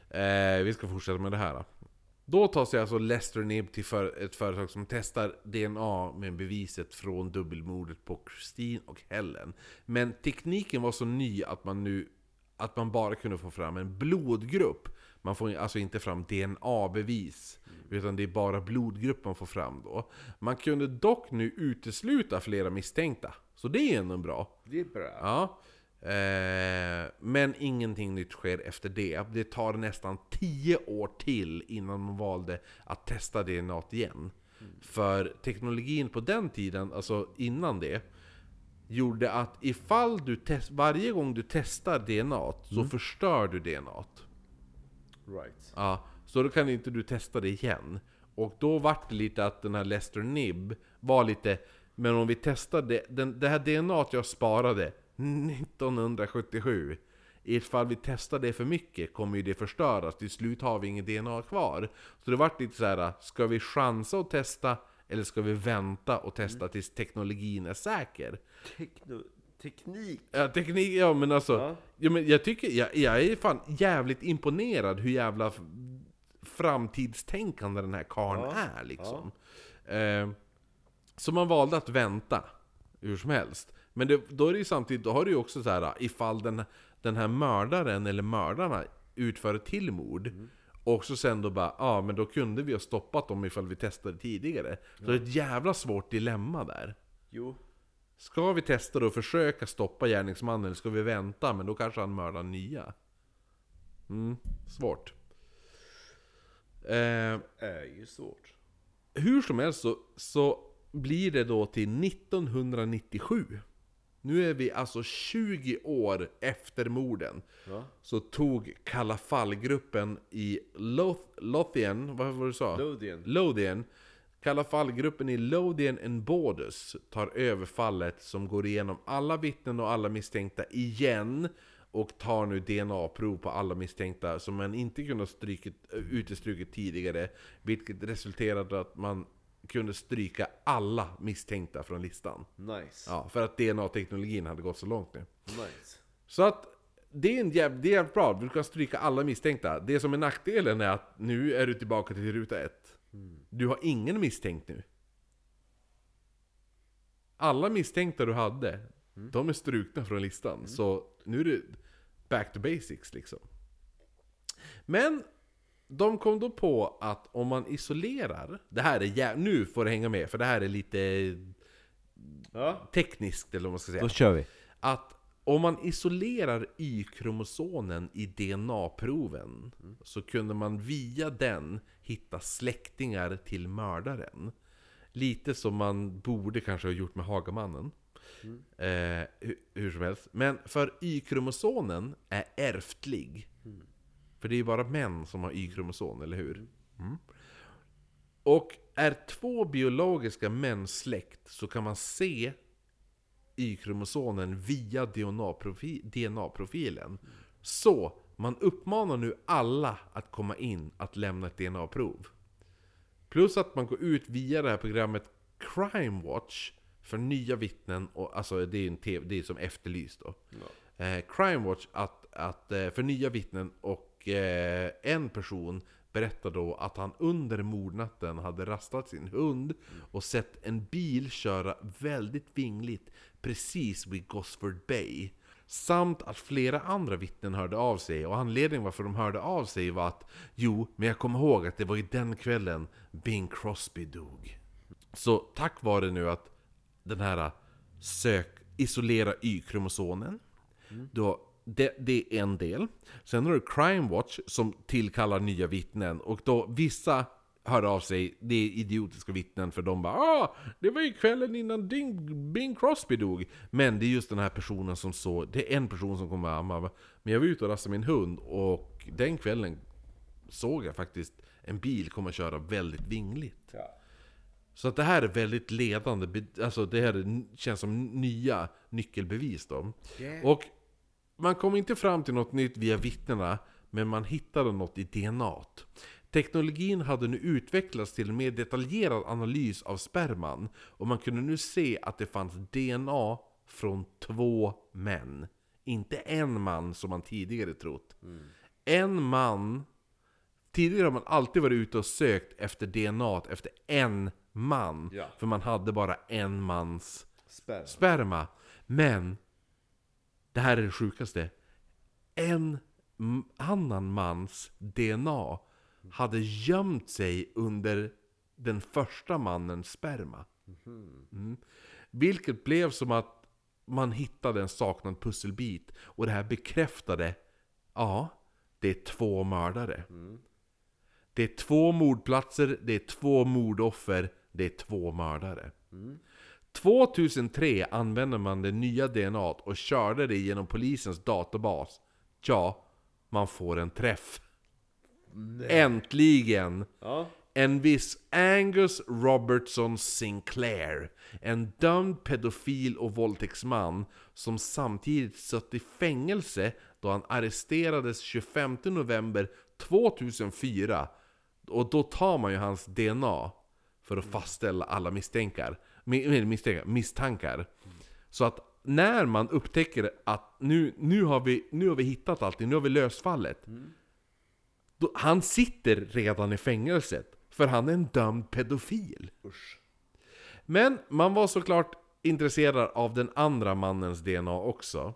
Vi ska fortsätta med det här. Då tar sig alltså Lester Nib till ett företag som testar DNA med beviset från dubbelmordet på Christine och Helen. Men tekniken var så ny att man bara kunde få fram en blodgrupp. Man får alltså inte fram DNA-bevis, utan det är bara blodgrupp man får fram då. Man kunde dock nu utesluta flera misstänkta, så det är ändå bra. Det är bra. Ja. Men ingenting nytt sker efter det. Det tar nästan 10 år till innan man valde att testa DNA igen. För teknologin på den tiden, alltså innan det, gjorde att ifall du varje gång du testar DNA så förstör du DNA. Right. Ja, så då kan inte du testa det igen. Och då vart det lite att den här Lester Nib var lite, men om vi testade det här DNA jag sparade 1977, ifall vi testar det för mycket kommer ju det förstöras. Till slut har vi ingen DNA kvar. Så det vart lite så här: ska vi chansa och testa, eller ska vi vänta och testa tills teknologin är säker? Teknik? Ja, teknik, ja men alltså Ja. ja, men jag tycker, jag är fan jävligt imponerad hur jävla framtidstänkande den här karln är liksom. Så man valde att vänta hur som helst. Men då är det ju samtidigt, då har du ju också så här, ifall den här mördaren eller mördarna utför ett till mord, och så sen då bara, men då kunde vi ha stoppat dem ifall vi testade tidigare. Så det är ett jävla svårt dilemma där. Jo. Ska vi testa då och försöka stoppa gärningsmannen, eller ska vi vänta, men då kanske han mördar nya? Svårt. Är ju svårt. Hur som helst så blir det då till 1997. Nu är vi alltså 20 år efter morden. Ja. Så tog Kalla fallgruppen i Lothian, vad var det du sa? Lothian. Kalla fallgruppen i Lothian and Borders tar över fallet, som går igenom alla vittnen och alla misstänkta igen, och tar nu DNA-prov på alla misstänkta som man inte kunde ha utestrukit tidigare, vilket resulterade att man kunde stryka alla misstänkta från listan. Nice. Ja, för att DNA-teknologin hade gått så långt nu. Nice. Så att det är jävligt bra, du kan stryka alla misstänkta. Det som är nackdelen är att nu är du tillbaka till ruta 1. Du har ingen misstänkt nu. Alla misstänkta du hade, de är strukna från listan. Så nu är det back to basics liksom. Men de kom då på att om man isolerar, det här är nu får det hänga med, för det här är lite tekniskt, eller vad man ska säga. Då kör vi. Att om man isolerar Y-kromosomen i DNA-proven, så kunde man via den hitta släktingar till mördaren. Lite som man borde kanske ha gjort med Hagamannen. Hur som helst. Men för Y-kromosomen är ärftlig. För det är ju bara män som har Y-kromosom, eller hur? Och är 2 biologiska män släkt, så kan man se Y-kromosomen via DNA-profilen. Så man uppmanar nu alla att komma in att lämna ett DNA-prov. Plus att man går ut via det här programmet Crime Watch för nya vittnen, och alltså det är en TV, det är som Efterlyst då. Crime Watch att för nya vittnen, och en person berättar då att han under mordnatten hade rastat sin hund och sett en bil köra väldigt vingligt precis vid Gosford Bay. Samt att flera andra vittnen hörde av sig, och anledningen varför de hörde av sig var att men jag kommer ihåg att det var i den kvällen Bing Crosby dog. Så tack vare nu att den här isolera Y-kromosomen, då det är en del. Sen har du Crime Watch som tillkallar nya vittnen, och då vissa hör av sig, det är idiotiska vittnen, för de bara det var ju kvällen innan Bing Crosby dog. Men det är just den här personen som det är en person som kommer men jag var ute och rastade min hund, och den kvällen såg jag faktiskt en bil komma och köra väldigt vingligt. Så att det här är väldigt ledande, alltså det här känns som nya nyckelbevis då. Och man kom inte fram till något nytt via vittnena, men man hittade något i DNAt. Teknologin hade nu utvecklats till en mer detaljerad analys av sperman, och man kunde nu se att det fanns DNA från 2 män. Inte en man som man tidigare trott. En man tidigare har man alltid varit ute och sökt efter DNA efter en man. Ja. För man hade bara en mans Sperma. sperma. Men det här är det sjukaste. En annan mans DNA hade gömt sig under den första mannens sperma. Vilket blev som att man hittade en saknad pusselbit. Och det här bekräftade, ja, det är 2 mördare. Det är 2 mordplatser, det är 2 mordoffer, det är 2 mördare. 2003 använde man det nya DNA och körde det genom polisens databas. Ja, man får en träff. Äntligen! Ja. En viss Angus Robertson Sinclair, en dömd pedofil och våldtäktsman som samtidigt satt i fängelse då han arresterades 25 november 2004. Och då tar man ju hans DNA för att fastställa alla misstankar. Så att när man upptäcker att nu har vi hittat allting, nu har vi löst fallet. Då, han sitter redan i fängelset för han är en dömd pedofil. Usch. Men man var såklart intresserad av den andra mannens DNA också.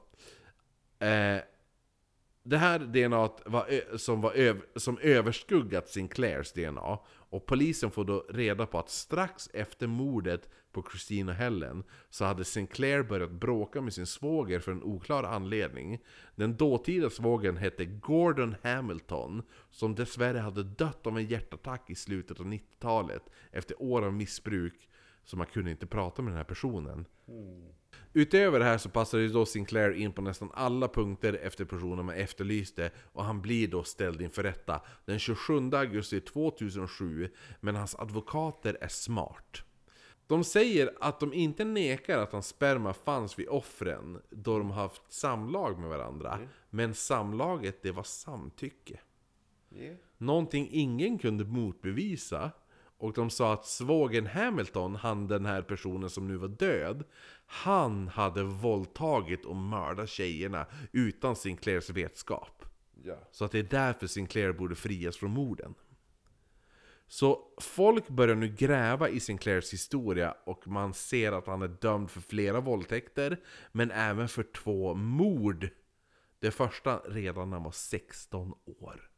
Det här DNA som överskuggat Sinclairs DNA. Och polisen får då reda på att strax efter mordet på Christine och Helen så hade Sinclair börjat bråka med sin svåger för en oklar anledning. Den dåtida svågern hette Gordon Hamilton, som dessvärre hade dött av en hjärtattack i slutet av 90-talet efter år av missbruk, så man kunde inte prata med den här personen. Utöver det här så passade då Sinclair in på nästan alla punkter efter personen man efterlyste, och han blir då ställd inför rätta den 27 augusti 2007, men hans advokater är smart. De säger att de inte nekar att hans sperma fanns vid offren då de haft samlag med varandra, men samlaget, det var samtycke. Någonting ingen kunde motbevisa. Och de sa att svågen Hamilton, han den här personen som nu var död, han hade våldtagit och mördat tjejerna utan Sinclairs vetskap. Ja. Så att det är därför Sinclair borde frias från morden. Så folk börjar nu gräva i Sinclairs historia, och man ser att han är dömd för flera våldtäkter, men även för 2 mord. Det första redan när han var 16 år.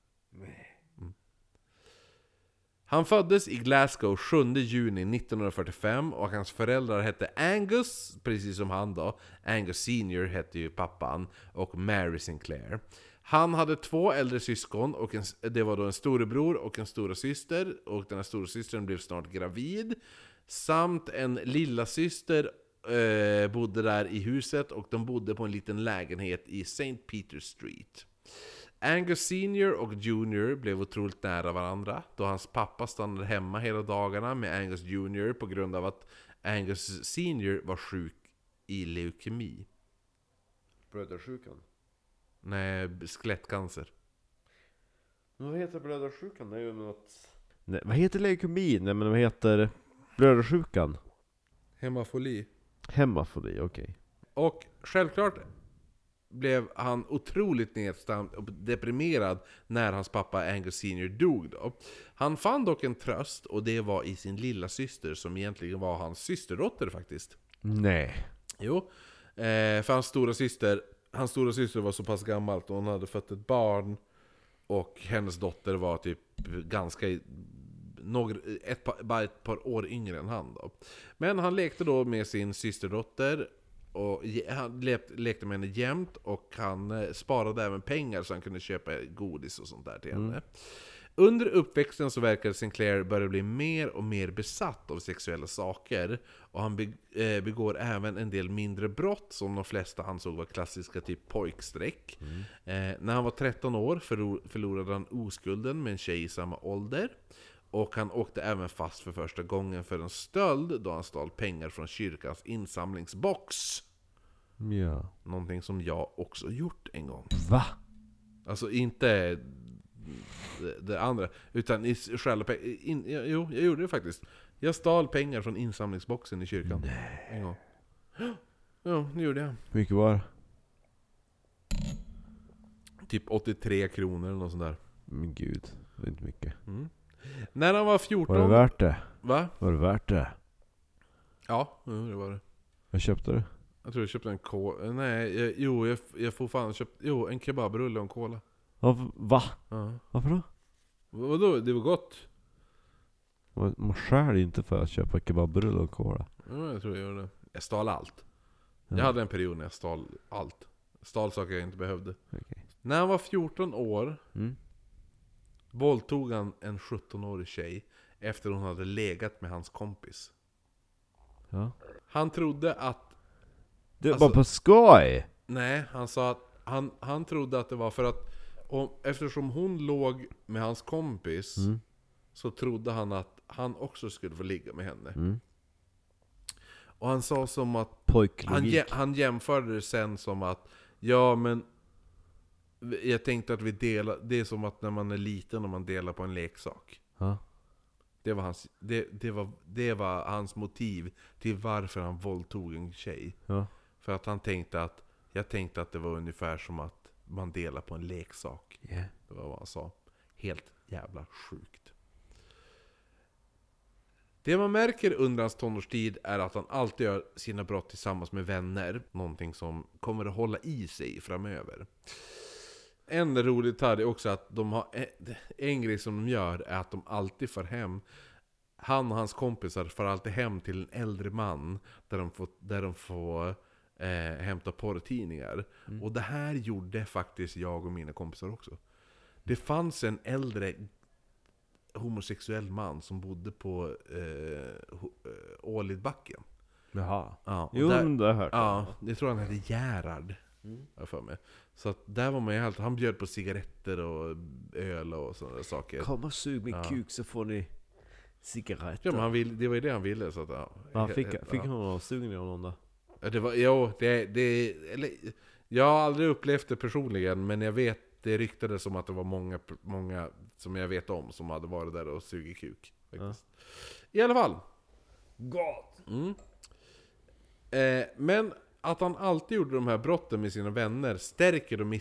Han föddes i Glasgow 7 juni 1945, och hans föräldrar hette Angus, precis som han då. Angus Senior hette ju pappan, och Mary Sinclair. Han hade 2 äldre syskon, och det var då en storebror och en stora syster, och den här stora systern blev snart gravid. Samt en lilla syster bodde där i huset, och de bodde på en liten lägenhet i St. Peter Street. Angus Senior och Junior blev otroligt nära varandra, då hans pappa stannade hemma hela dagarna med Angus Junior på grund av att Angus Senior var sjuk i leukemi. Blödarsjukan. Nej, skelettcancer. Men vad heter blödarsjukan? Det är ju något... Nej, vad heter leukemi? Nej, men vad heter blödarsjukan? Hemofili. Hemofili, okej. Och självklart blev han otroligt nedstämd och deprimerad när hans pappa Angus Senior dog då. Han fann dock en tröst, och det var i sin lilla syster, som egentligen var hans systerdotter faktiskt. Nej. Jo, för hans stora syster var så pass gammal att hon hade fött ett barn, och hennes dotter var typ ganska bara ett par år yngre än han då. Men han lekte då med sin systerdotter, och han lekte med henne jämt, och han sparade även pengar så han kunde köpa godis och sånt där till henne. Under uppväxten så verkade Sinclair börja bli mer och mer besatt av sexuella saker, och han begår även en del mindre brott som de flesta ansåg var klassiska typ pojksträck. När han var 13 år förlorade han oskulden med en tjej i samma ålder, och han åkte även fast för första gången för en stöld då han stal pengar från kyrkans insamlingsbox. Ja. Någonting som jag också gjort en gång. Va? Alltså inte det andra, utan i själva jo, jag gjorde det faktiskt. Jag stal pengar från insamlingsboxen i kyrkan. Nej. En gång. Ja, det gjorde jag. Hur mycket var det? Typ 83 kronor eller något sånt där. Men gud. var inte mycket. När han var 14... Var det värt det? Va? Var det värt det? Ja, det var det. Vad köpte du? Jag tror jag köpte en cola. Nej, jag får fan köpt en kebabrulle och en cola. Va? Ja. Varför då? Vadå? Det var gott. Man skär inte för att köpa kebabrulle och cola. Ja, jag tror jag gjorde det. Jag stal allt. Ja. Jag hade en period när jag stal allt. Stal saker jag inte behövde. Okay. När han var 14 år Mm. våldtog han en 17-årig tjej efter hon hade legat med hans kompis. Ja. Han trodde att... Det Alltså- var på skoj! Nej, han sa att han trodde att det var för att eftersom hon låg med hans kompis så trodde han att han också skulle få ligga med henne. Och han sa som att Pojklogik. han jämförde det sen som att ja, men jag tänkte att vi delar, det är som att när man är liten och man delar på en leksak. Ja. Det var hans motiv till varför han våldtog en tjej. Ja. För att jag tänkte att det var ungefär som att man delar på en leksak. Yeah. Det var vad han sa. Helt jävla sjukt. Det man märker under hans tonårstid är att han alltid gör sina brott tillsammans med vänner. Någonting som kommer att hålla i sig framöver. En rolig detalj är också att de har en grej som de gör är att de alltid får hem. Han och hans kompisar får alltid hem till en äldre man där de får hämta porrtidningar. Och det här gjorde faktiskt jag och mina kompisar också. Det fanns en äldre homosexuell man som bodde på Ålidbacken. Jaha. Ja, och Jo, men det har jag hört. Ja, jag tror han hette Gerhard. För mig. Så att där var man ju helt, han bjöd på cigaretter och öl och sådana saker. Kom och sug min kuk så får ni cigaretter. Ja, men det var ju det han ville. Så att, Fick han någon avsugning av någon då? Ja, det var, eller, jag har aldrig upplevt det personligen, men jag vet, det ryktades som att det var många som jag vet om som hade varit där och sugit kuk. Faktiskt. I alla fall. Gott! Men att han alltid gjorde de här brotten med sina vänner stärker de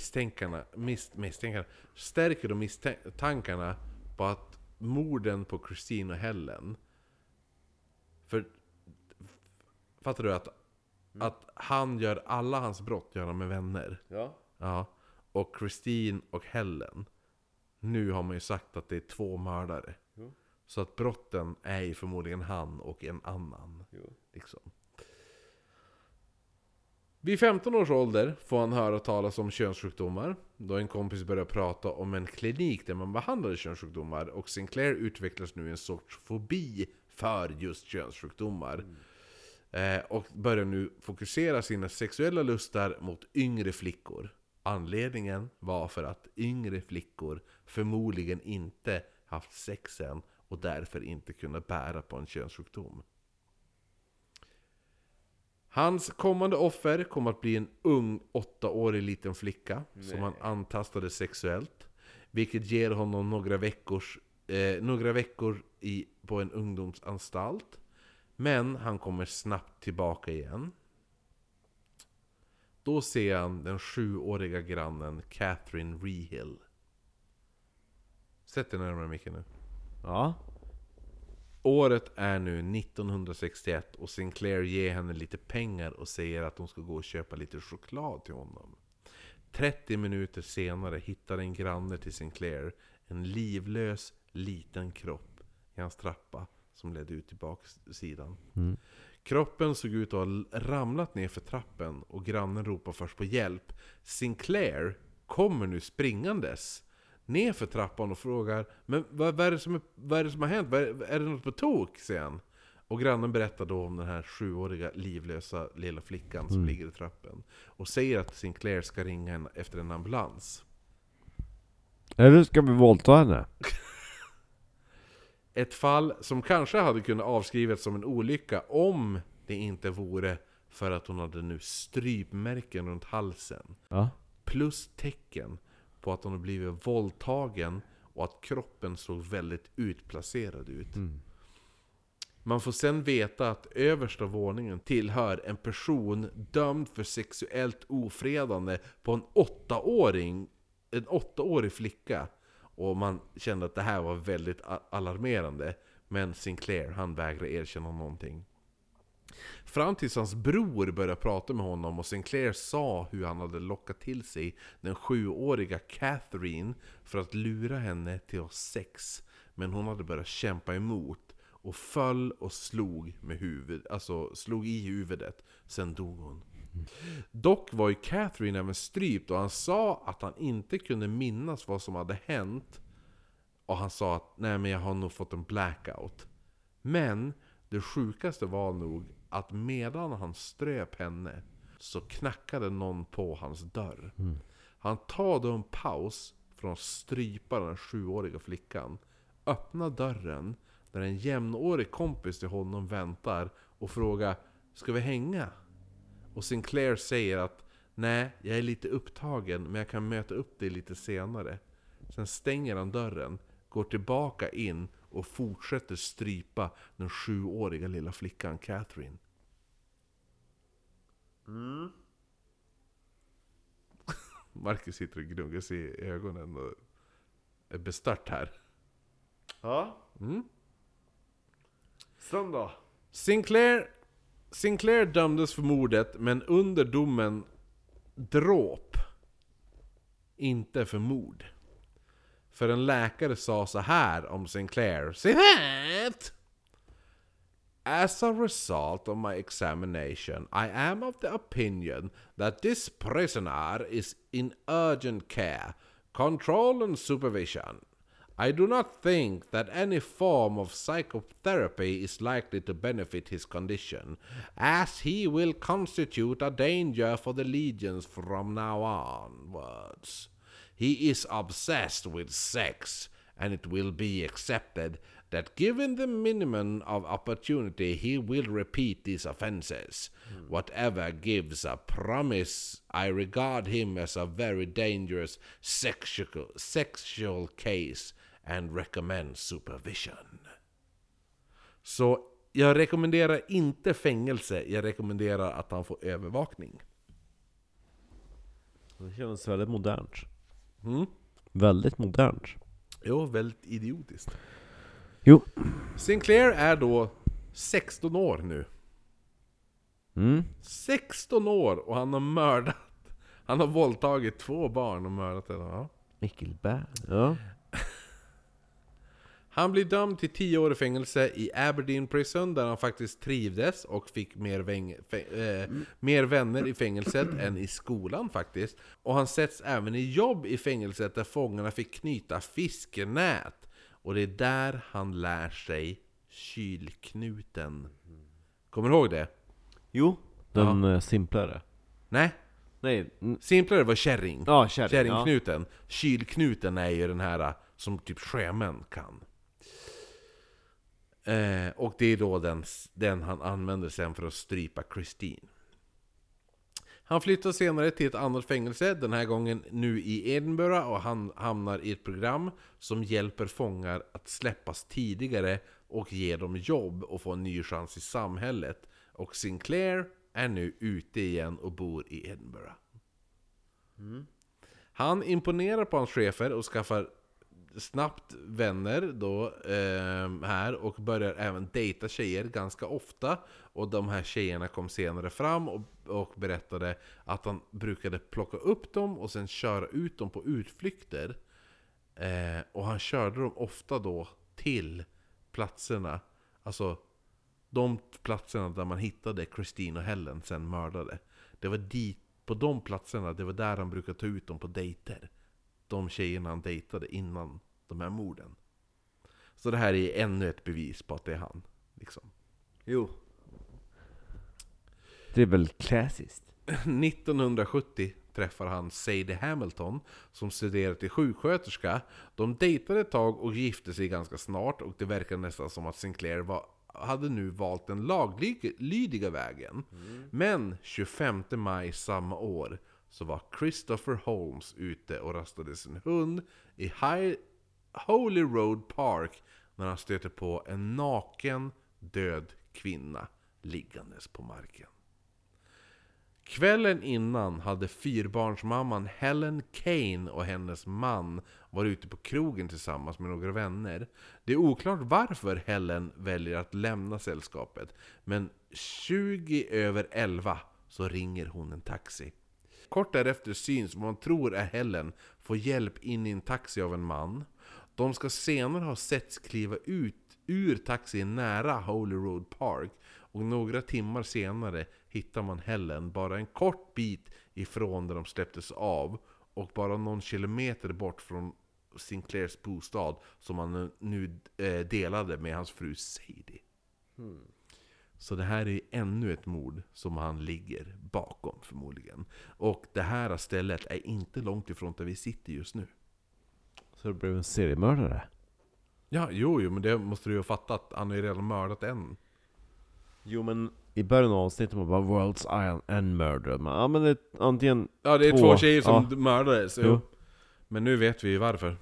misstankarna på att morden på Christine och Helen. För fattar du att han gör alla hans brott gör han med vänner. Ja. Och Christine och Helen, nu har man ju sagt att det är 2 mördare. Så att brotten är ju förmodligen han och en annan. Liksom. Vid 15 års ålder får han höra talas om könssjukdomar. Då en kompis börjar prata om en klinik där man behandlade könssjukdomar. Och Sinclair utvecklas nu en sorts fobi för just könssjukdomar. Och börjar nu fokusera sina sexuella lustar mot yngre flickor. Anledningen var för att yngre flickor förmodligen inte haft sex än och därför inte kunna bära på en könssjukdom. Hans kommande offer kommer att bli en ung 8-årig liten flicka som han antastade sexuellt, vilket ger honom några veckor på en ungdomsanstalt. Men han kommer snabbt tillbaka igen. Då ser han den 7-åriga grannen Catherine Rehill. Sätt dig närmare micken nu. Ja. Året är nu 1961 och Sinclair ger henne lite pengar och säger att hon ska gå och köpa lite choklad till honom. 30 minuter senare hittar en granne till Sinclair en livlös liten kropp i hans trappa som ledde ut till baksidan. Kroppen såg ut att ha ramlat ner för trappen och grannen ropar först på hjälp. Sinclair kommer nu springandes ner för trappan och frågar: men vad är det som har hänt? Är det något på tok? Säger han. Och grannen berättar då om den här 7-åriga livlösa lilla flickan som ligger i trappen. Och säger att Sinclair ska ringa efter en ambulans. Eller ska vi våldta henne? Ett fall som kanske hade kunnat avskrivas som en olycka om det inte vore för att hon hade nu strypmärken runt halsen. Ja. Plus tecken på att hon har blivit våldtagen och att kroppen såg väldigt utplacerad ut. Man får sen veta att översta våningen tillhör en person dömd för sexuellt ofredande på en 8-årig flicka. Och man kände att det här var väldigt alarmerande. Men Sinclair, han vägrade erkänna någonting. Fram tills hans bror började prata med honom och Sinclair sa hur han hade lockat till sig den 7-åriga Catherine för att lura henne till sex. Men hon hade börjat kämpa emot och föll och slog med huvudet, alltså slog i huvudet. Sen dog hon. Dock var ju Catherine även strypt och han sa att han inte kunde minnas vad som hade hänt. Och han sa att nej, men jag har nog fått en blackout. Men det sjukaste var nog att medan han ströp henne så knackade någon på hans dörr. Han tar då en paus från att strypa den 7-åriga flickan, öppnar dörren där en jämnårig kompis till honom väntar och frågar: ska vi hänga? Och Sinclair säger att nej, jag är lite upptagen men jag kan möta upp dig lite senare. Sen stänger han dörren, går tillbaka in och fortsätter strypa den 7-åriga lilla flickan Catherine. Marcus sitter och gnuggar sig i ögonen och är bestört här. Ja. Sen då? Sinclair dömdes för mordet, men under domen dråp, inte för mord. För en läkare sa så här om Sinclair: citat! As a result of my examination, I am of the opinion that this prisoner is in urgent care, control and supervision. I do not think that any form of psychotherapy is likely to benefit his condition, as he will constitute a danger for the legions from now onwards. He is obsessed with sex, and it will be accepted that given the minimum of opportunity he will repeat these offenses. Whatever gives a promise, I regard him as a very dangerous sexual case and recommend supervision. Så jag rekommenderar inte fängelse, jag rekommenderar att han får övervakning. Det känns väldigt modernt. Väldigt modernt. Jo, väldigt idiotiskt. Jo. Sinclair är då 16 år nu. 16 år och han har mördat. Han har våldtagit 2 barn och mördat det. Ja. Mickelberg. Ja. Han blir dömd till 10 år i fängelse i Aberdeen Prison, där han faktiskt trivdes och fick mer vänner i fängelset än i skolan faktiskt. Och han sätts även i jobb i fängelset där fångarna fick knyta fiskenät. Och det är där han lär sig kylknuten. Kommer du ihåg det? Jo, den simplare. Nej. Simplare var kärring. Ja, kärringknuten. Ja. Kylknuten är ju den här som typ sjömän kan. Och det är då den han använder sen för att strypa Christine. Han flyttar senare till ett annat fängelse, den här gången nu i Edinburgh, och han hamnar i ett program som hjälper fångar att släppas tidigare och ge dem jobb och få en ny chans i samhället. Och Sinclair är nu ute igen och bor i Edinburgh. Han imponerar på hans chefer och skaffar snabbt vänner då här, och börjar även dejta tjejer ganska ofta. Och de här tjejerna kom senare fram och berättade att han brukade plocka upp dem och sen köra ut dem på utflykter. Och han körde dem ofta då till platserna, alltså de platserna där man hittade Christine och Helen sen mördade. Det var dit, på de platserna, det var där han brukade ta ut dem på dejter. De tjejerna han dejtade innan de här morden. Så det här är ännu ett bevis på att det är han liksom. Jo. Det är väl klassiskt. 1970 träffar han Sadie Hamilton som studerade till sjuksköterska. De dejtade ett tag och gifte sig ganska snart, och det verkar nästan som att Sinclair hade nu valt den laglydiga vägen. Men 25 maj samma år så var Christopher Holmes ute och rastade sin hund i Holy Road Park när han stöter på en naken, död kvinna liggandes på marken. Kvällen innan hade fyrbarnsmamman Helen Kane och hennes man varit ute på krogen tillsammans med några vänner. Det är oklart varför Helen väljer att lämna sällskapet, men 11:20 så ringer hon en taxi. Kort därefter syns vad man tror är Helen få hjälp in i en taxi av en man. De ska senare ha setts kliva ut ur taxin nära Holy Road Park, och några timmar senare hittar man Helen bara en kort bit ifrån där de släpptes av, och bara någon kilometer bort från Sinclairs bostad som han nu delade med hans fru Sadie. Så det här är ännu ett mord som han ligger bakom förmodligen. Och det här stället är inte långt ifrån där vi sitter just nu. Så det blev en seriemördare? Ja, jo, men det måste du ju ha fattat. Han har ju redan mördat en. Jo, men i början av avsnittet man bara World's End Murder. Men, men det är antingen Ja, det är två tjejer som mördades. Jo. Men nu vet vi varför.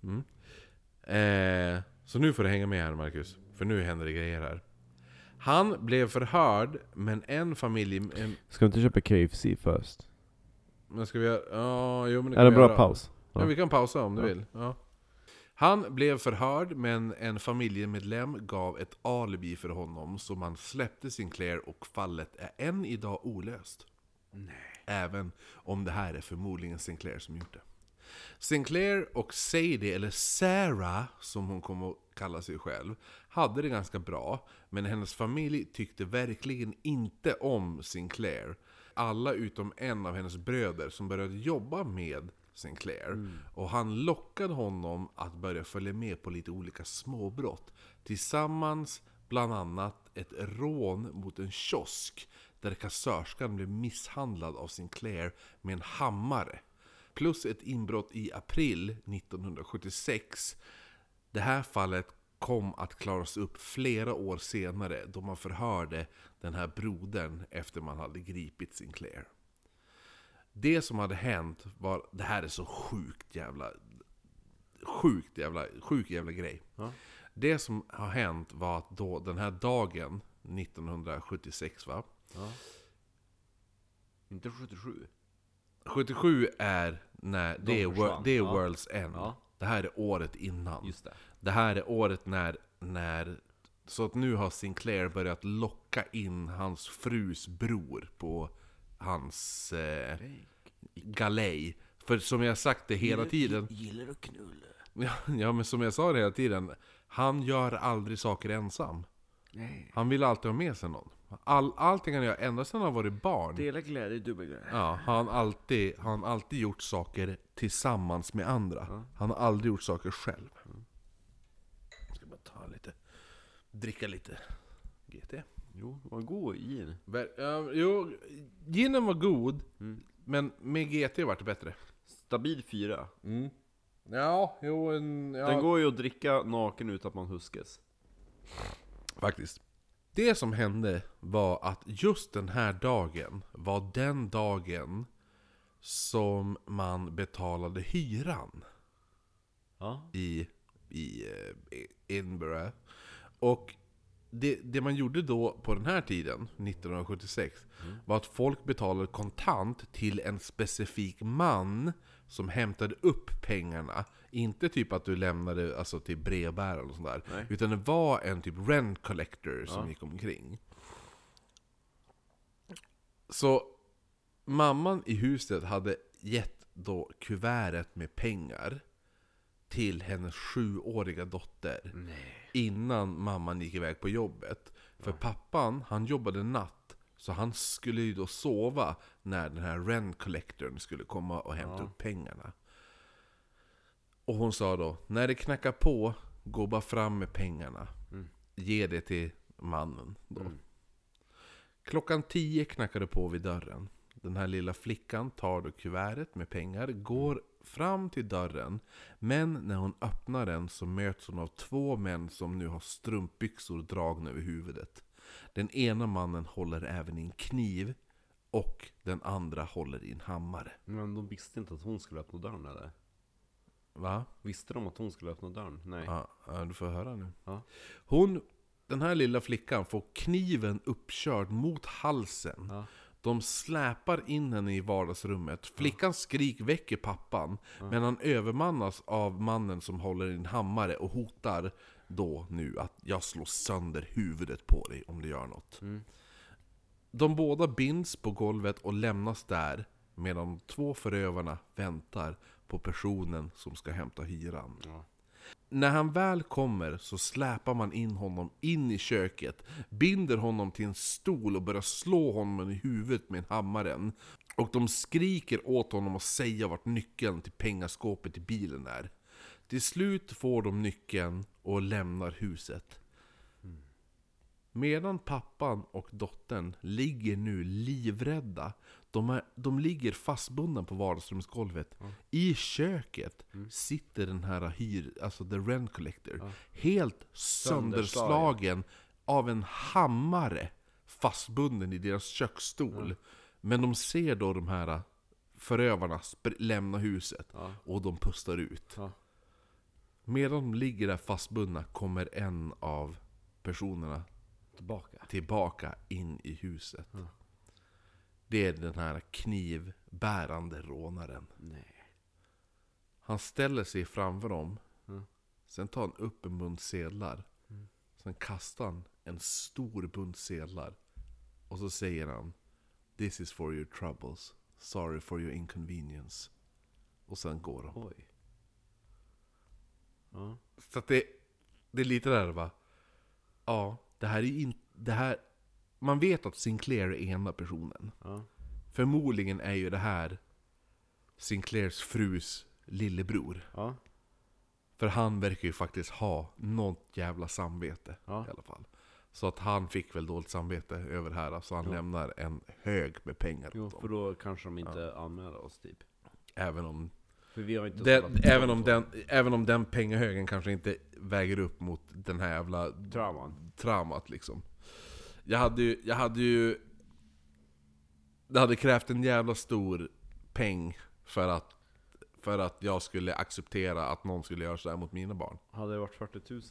Så nu får du hänga med här, Marcus. För nu händer det grejer här. Han blev förhörd, men en familj... Ska vi inte köpa KFC först? Men ska vi göra... Ja, jo, men det är det en vi bra göra. paus? Ja, vi kan pausa om du vill. Ja. Han blev förhörd, men en familjemedlem gav ett alibi för honom, så man släppte Sinclair, och fallet är än idag olöst. Nej. Även om det här är förmodligen Sinclair som gjort det. Sinclair och Sadie, eller Sarah som hon kommer att kalla sig själv, hade det ganska bra, men hennes familj tyckte verkligen inte om Sinclair. Alla utom en av hennes bröder som började jobba med Sinclair, och han lockade honom att börja följa med på lite olika småbrott. Tillsammans bland annat ett rån mot en kiosk där kassörskan blev misshandlad av Sinclair med en hammare. Plus ett inbrott i april 1976. Det här fallet kom att klaras upp flera år senare, då man förhörde den här brodern efter man hade gripit Sinclair. Det som hade hänt var, det här är så sjukt jävla grej. Ja. Det som har hänt var att då den här dagen 1976, va? Ja. Inte 77. 77 är när det är World's End. Ja. Det här är året innan. Just det. Det här är året när så att nu har Sinclair börjat locka in hans frus bror på hans galej. För som jag sagt det hela tiden, gillar att knulla. ja, men som jag sa det hela tiden, han gör aldrig saker ensam. Nej. Han vill alltid ha med sig någon. Allting han gör, ända sedan han har varit barn. Dela glädje, dubbelglädje. Ja, han har alltid gjort saker tillsammans med andra. Ja. Han har aldrig gjort saker själv. Jag ska bara ta lite, dricka lite GT. Jo, vad god gin. Jo, ginen var god, men med GT var det bättre. Stabil 4. Ja, jo, Den går ju att dricka naken utan att man huskes. Faktiskt. Det som hände var att just den här dagen var den dagen som man betalade hyran i Edinburgh. Och det man gjorde då på den här tiden, 1976, var att folk betalade kontant till en specifik man som hämtade upp pengarna. Inte typ att du lämnade alltså till brevbäraren och sånt där. Nej. Utan det var en typ rent collector som gick omkring. Så mamman i huset hade gett då kuvertet med pengar till hennes 7-åriga dotter. Nej. Innan mamman gick iväg på jobbet. För pappan, han jobbade natt, så han skulle ju då sova när den här rent collectorn skulle komma och hämta upp pengarna. Och hon sa då, när det knackar på, gå bara fram med pengarna. Ge det till mannen då. Klockan 10 knackade på vid dörren. Den här lilla flickan tar då kuvertet med pengar, går fram till dörren, men när hon öppnar den så möts hon av 2 män som nu har strumpbyxor dragna över huvudet. Den ena mannen håller även i en kniv och den andra håller i en hammare. Men de visste inte att hon skulle öppna dörren, eller? Va? Visste de att hon skulle öppna dörren? Nej. Ja, du får höra nu. Ja. Den här lilla flickan får kniven uppkörd mot halsen. Ja. De släpar in henne i vardagsrummet. Flickans skrik väcker pappan, men han övermannas av mannen som håller en hammare och hotar då nu att jag slår sönder huvudet på dig om du gör något. De båda binds på golvet och lämnas där, medan de 2 förövarna väntar på personen som ska hämta hyran. När han väl kommer så släpar man in honom in i köket, binder honom till en stol och börjar slå honom i huvudet med hammaren. Och de skriker åt honom och säger vart nyckeln till pengaskåpet i bilen är. Till slut får de nyckeln och lämnar huset. Medan pappan och dottern ligger nu livrädda. De ligger fastbundna på vardagsrumsgolvet. I köket sitter den här alltså the rent collector, helt sönderslagen av en hammare, fastbunden i deras köksstol. Men de ser då de här förövarna lämna huset och de pustar ut. Medan de ligger där fastbundna kommer en av personerna tillbaka in i huset. Det är den här knivbärande rånaren. Han ställer sig framför dem. Sen tar han upp en bunt sedlar. Sen kastar han en stor bunt sedlar. Och så säger han: "This is for your troubles. Sorry for your inconvenience." Och sen går de. Så att det är lite där, va? Ja, det här är inte... Det här, man vet att Sinclair är ena personen. Förmodligen är ju det här Sinclairs frus lillebror. För han verkar ju faktiskt ha något jävla samvete i alla fall. Så att han fick väl dåligt samvete över det här. Så han lämnar en hög med pengar. För då kanske de inte anmäler oss typ. Även om för vi har inte även om den pengahögen kanske inte väger upp mot den här jävla traumat liksom. Det hade krävt en jävla stor peng för att jag skulle acceptera att någon skulle göra så här mot mina barn. Hade det varit 40 000?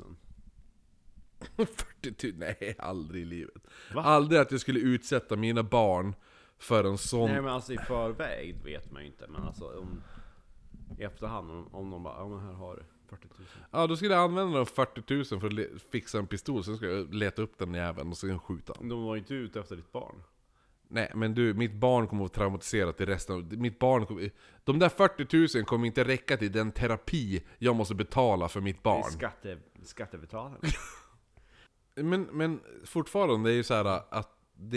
40 000? Nej, aldrig i livet. Aldrig att jag skulle utsätta mina barn för en sån... Nej, men alltså i förväg vet man ju inte. Men alltså i efterhand, om de bara, ja men här har du 40 000. Ja, då skulle jag använda de 40 000 för att fixa en pistol. Sen ska jag leta upp den jäveln och sen skjuta. De var ju inte ute efter ditt barn. Nej, men du, mitt barn kommer att vara traumatiserat i resten av... Mitt barn kommer... De där 40 000 kommer inte räcka till den terapi jag måste betala för mitt barn. Det är skattebetalaren. Men fortfarande är ju så här att det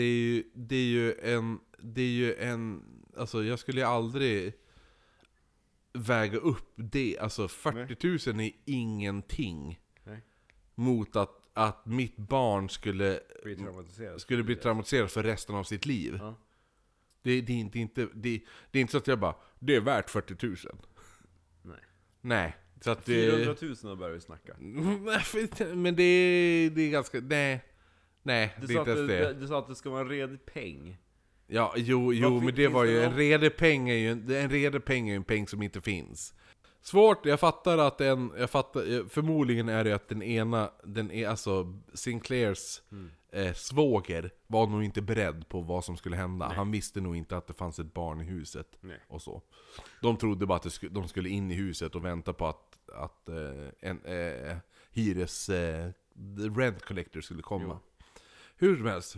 är ju en alltså jag skulle ju aldrig väga upp det. Alltså 40 000 är ingenting. Nej. Mot att mitt barn skulle bli traumatiserad för resten av sitt liv. Ja. Det är inte så att jag bara, det är värt 40 000. Nej. Så att 400 000 börjar vi snacka. Men det är ganska... Nej, det är inte ens det. Du sa att det ska vara en redig peng. Ja, jo men det var ju... En redig peng är ju en peng som inte finns. Svårt, jag fattar att förmodligen är det att den är alltså Sinclairs svåger var nog inte beredd på vad som skulle hända. Nej. Han visste nog inte att det fanns ett barn i huset. Nej. Och så. De trodde bara att de skulle in i huset och vänta på att en hyres rent collector skulle komma. Jo. Hur som helst.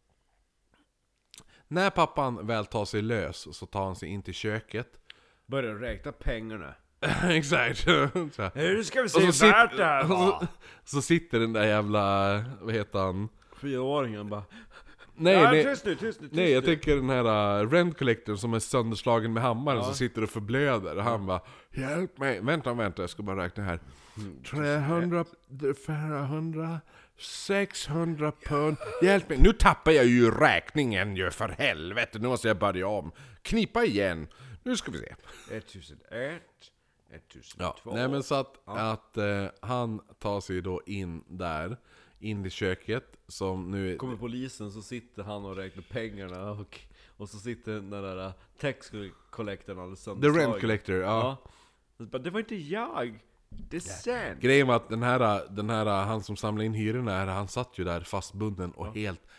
När pappan väl tar sig lös så tar han sig in till köket. Börjar räkna pengarna. Exakt. Hur ska vi se värt det här? Så sitter den där jävla, vad heter han? 4-åringen bara... Nej, tyst nu. Nej, jag tänker den här rent collector som är sönderslagen med hammaren som sitter och förblöder. Och han bara, hjälp mig. Vänta, jag ska bara räkna här. 300, 400, 600 pund. Hjälp mig. Nu tappar jag ju räkningen ju, för helvete. Nu måste jag börja om. Knipa igen. Nu ska vi se. 1001, 1002. Ja, nej men så att han tar sig då in där. In i köket som nu... Kommer polisen så sitter han och räknar pengarna och så sitter den där tax collectorn alldeles the rent collector, ja. Det var inte jag. Det är sen. Grejen var att den här han som samlade in hyrorna, han satt ju där fastbunden och helt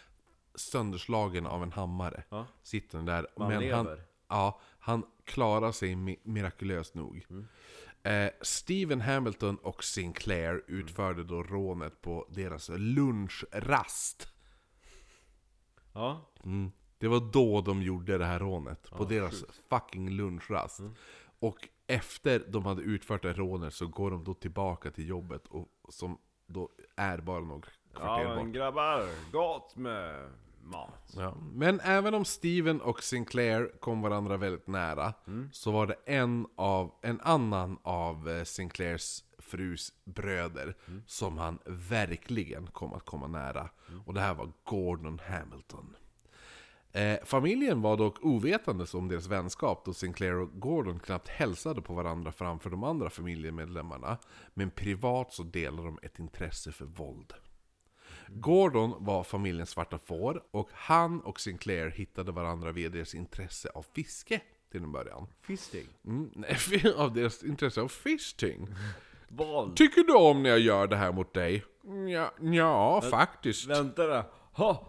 sönderslagen av en hammare. Ja. Sitter den där. Man Men lever. han klarar sig mirakulöst nog. Stephen Hamilton och Sinclair utförde då rånet på deras lunchrast. Ja. Det var då de gjorde det här rånet. På deras fucking lunchrast. Och efter de hade utfört det här rånet så går de då tillbaka till jobbet. Och som då är bara några kvarter bort. Grabbar, gott med mat. Ja. Men även om Steven och Sinclair kom varandra väldigt nära, så var det en annan av Sinclairs frus bröder som han verkligen kom att komma nära. Och det här var Gordon Hamilton. Familjen var dock ovetande om deras vänskap, då Sinclair och Gordon knappt hälsade på varandra framför de andra familjemedlemmarna. Men privat så delade de ett intresse för våld. Gordon var familjens svarta får, och han och Sinclair hittade varandra via deras intresse av fiske till en början. Fisting. Nej, av deras intresse av fisting. Våld. Tycker du om när jag gör det här mot dig? Ja, faktiskt. Vänta då. Ha!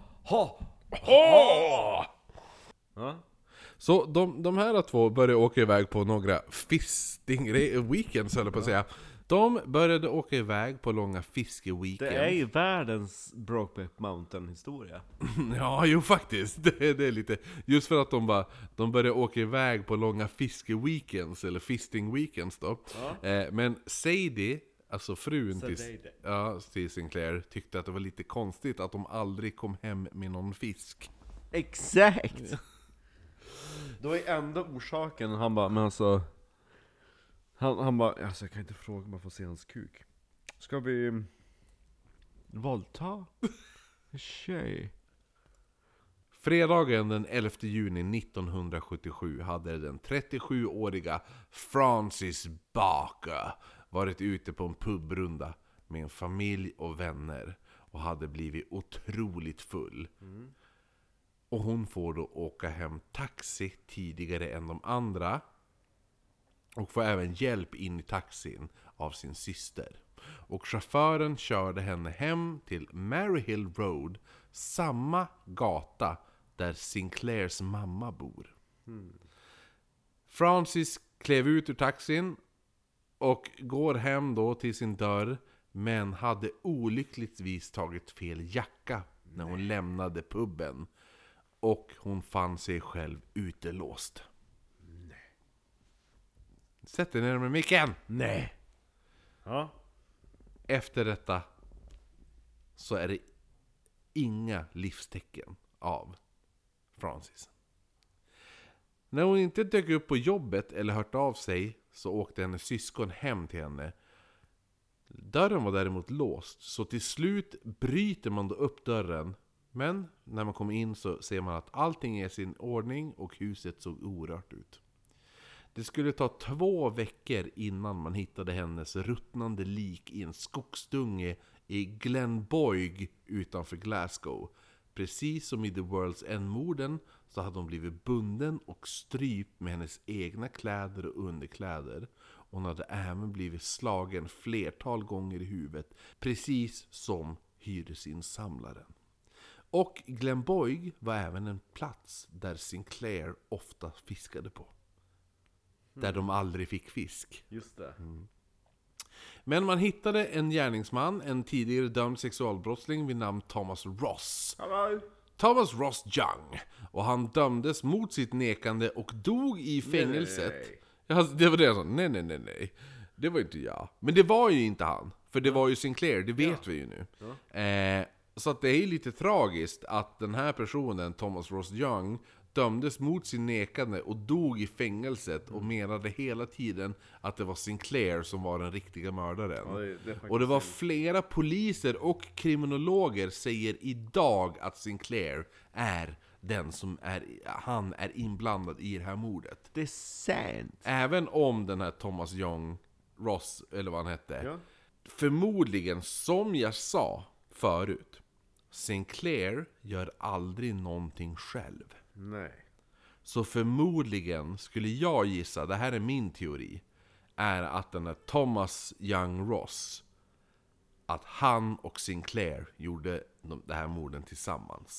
Ja. Så de här två började åka iväg på några fisting-weekends, eller på att säga. De började åka iväg på långa fiskeweekends. Det är ju världens Brokeback Mountain-historia. Ja, jo faktiskt. Det är lite... Just för att de började åka iväg på långa fiskeweekends, eller fisting-weekends då. Ja. Men Sadie, alltså frun till Sinclair, tyckte att det var lite konstigt att de aldrig kom hem med någon fisk. Exakt! Då är enda orsaken, han bara, men alltså... Han bara, alltså jag kan inte fråga om jag får se hans kuk. Ska vi våldta en tjej? Fredagen den 11 juni 1977 hade den 37-åriga Francis Barker varit ute på en pubrunda med en familj och vänner och hade blivit otroligt full. Och hon får då åka hem taxi tidigare än de andra. Och får även hjälp in i taxin av sin syster. Och chauffören körde henne hem till Maryhill Road, samma gata där Sinclairs mamma bor. Francis klev ut ur taxin och går hem då till sin dörr, men hade olyckligtvis tagit fel jacka när hon lämnade puben. Och hon fann sig själv utelåst. Sätt dig ner med micken! Nej. Ja. Efter detta så är det inga livstecken av Francis. När hon inte dök upp på jobbet eller hört av sig så åkte hennes syskon hem till henne. Dörren var däremot låst, så till slut bryter man då upp dörren. Men när man kommer in så ser man att allting är i sin ordning och huset såg orört ut. Det skulle ta 2 veckor innan man hittade hennes ruttnande lik i en skogsdunge i Glenboig utanför Glasgow. Precis som i The World's End-morden så hade hon blivit bunden och strypt med hennes egna kläder och underkläder. Hon hade även blivit slagen flertal gånger i huvudet, precis som hyresinsamlaren. Och Glenboig var även en plats där Sinclair ofta fiskade på. Där de aldrig fick fisk. Just det. Men man hittade en gärningsman, en tidigare dömd sexualbrottsling vid namn Thomas Ross. Hallå. Thomas Ross Young. Och han dömdes mot sitt nekande och dog i fängelset. Nej. Ja, det var det jag sa. Nej. Det var inte jag. Men det var ju inte han. För det var ju Sinclair, det vet vi ju nu. Ja. Så att det är lite tragiskt att den här personen, Thomas Ross Young, dömdes mot sin nekande och dog i fängelset och menade hela tiden att det var Sinclair som var den riktiga mördaren. Ja, och det var flera poliser och kriminologer säger idag att Sinclair är den som han är inblandad i det här mordet. Det är sant. Även om den här Thomas Young Ross, eller vad han hette, Ja. förmodligen, som jag sa förut, Sinclair gör aldrig någonting själv. Nej. Så förmodligen skulle jag gissa, det här är min teori, är att den där Thomas Young Ross, att han och Sinclair gjorde det här morden tillsammans.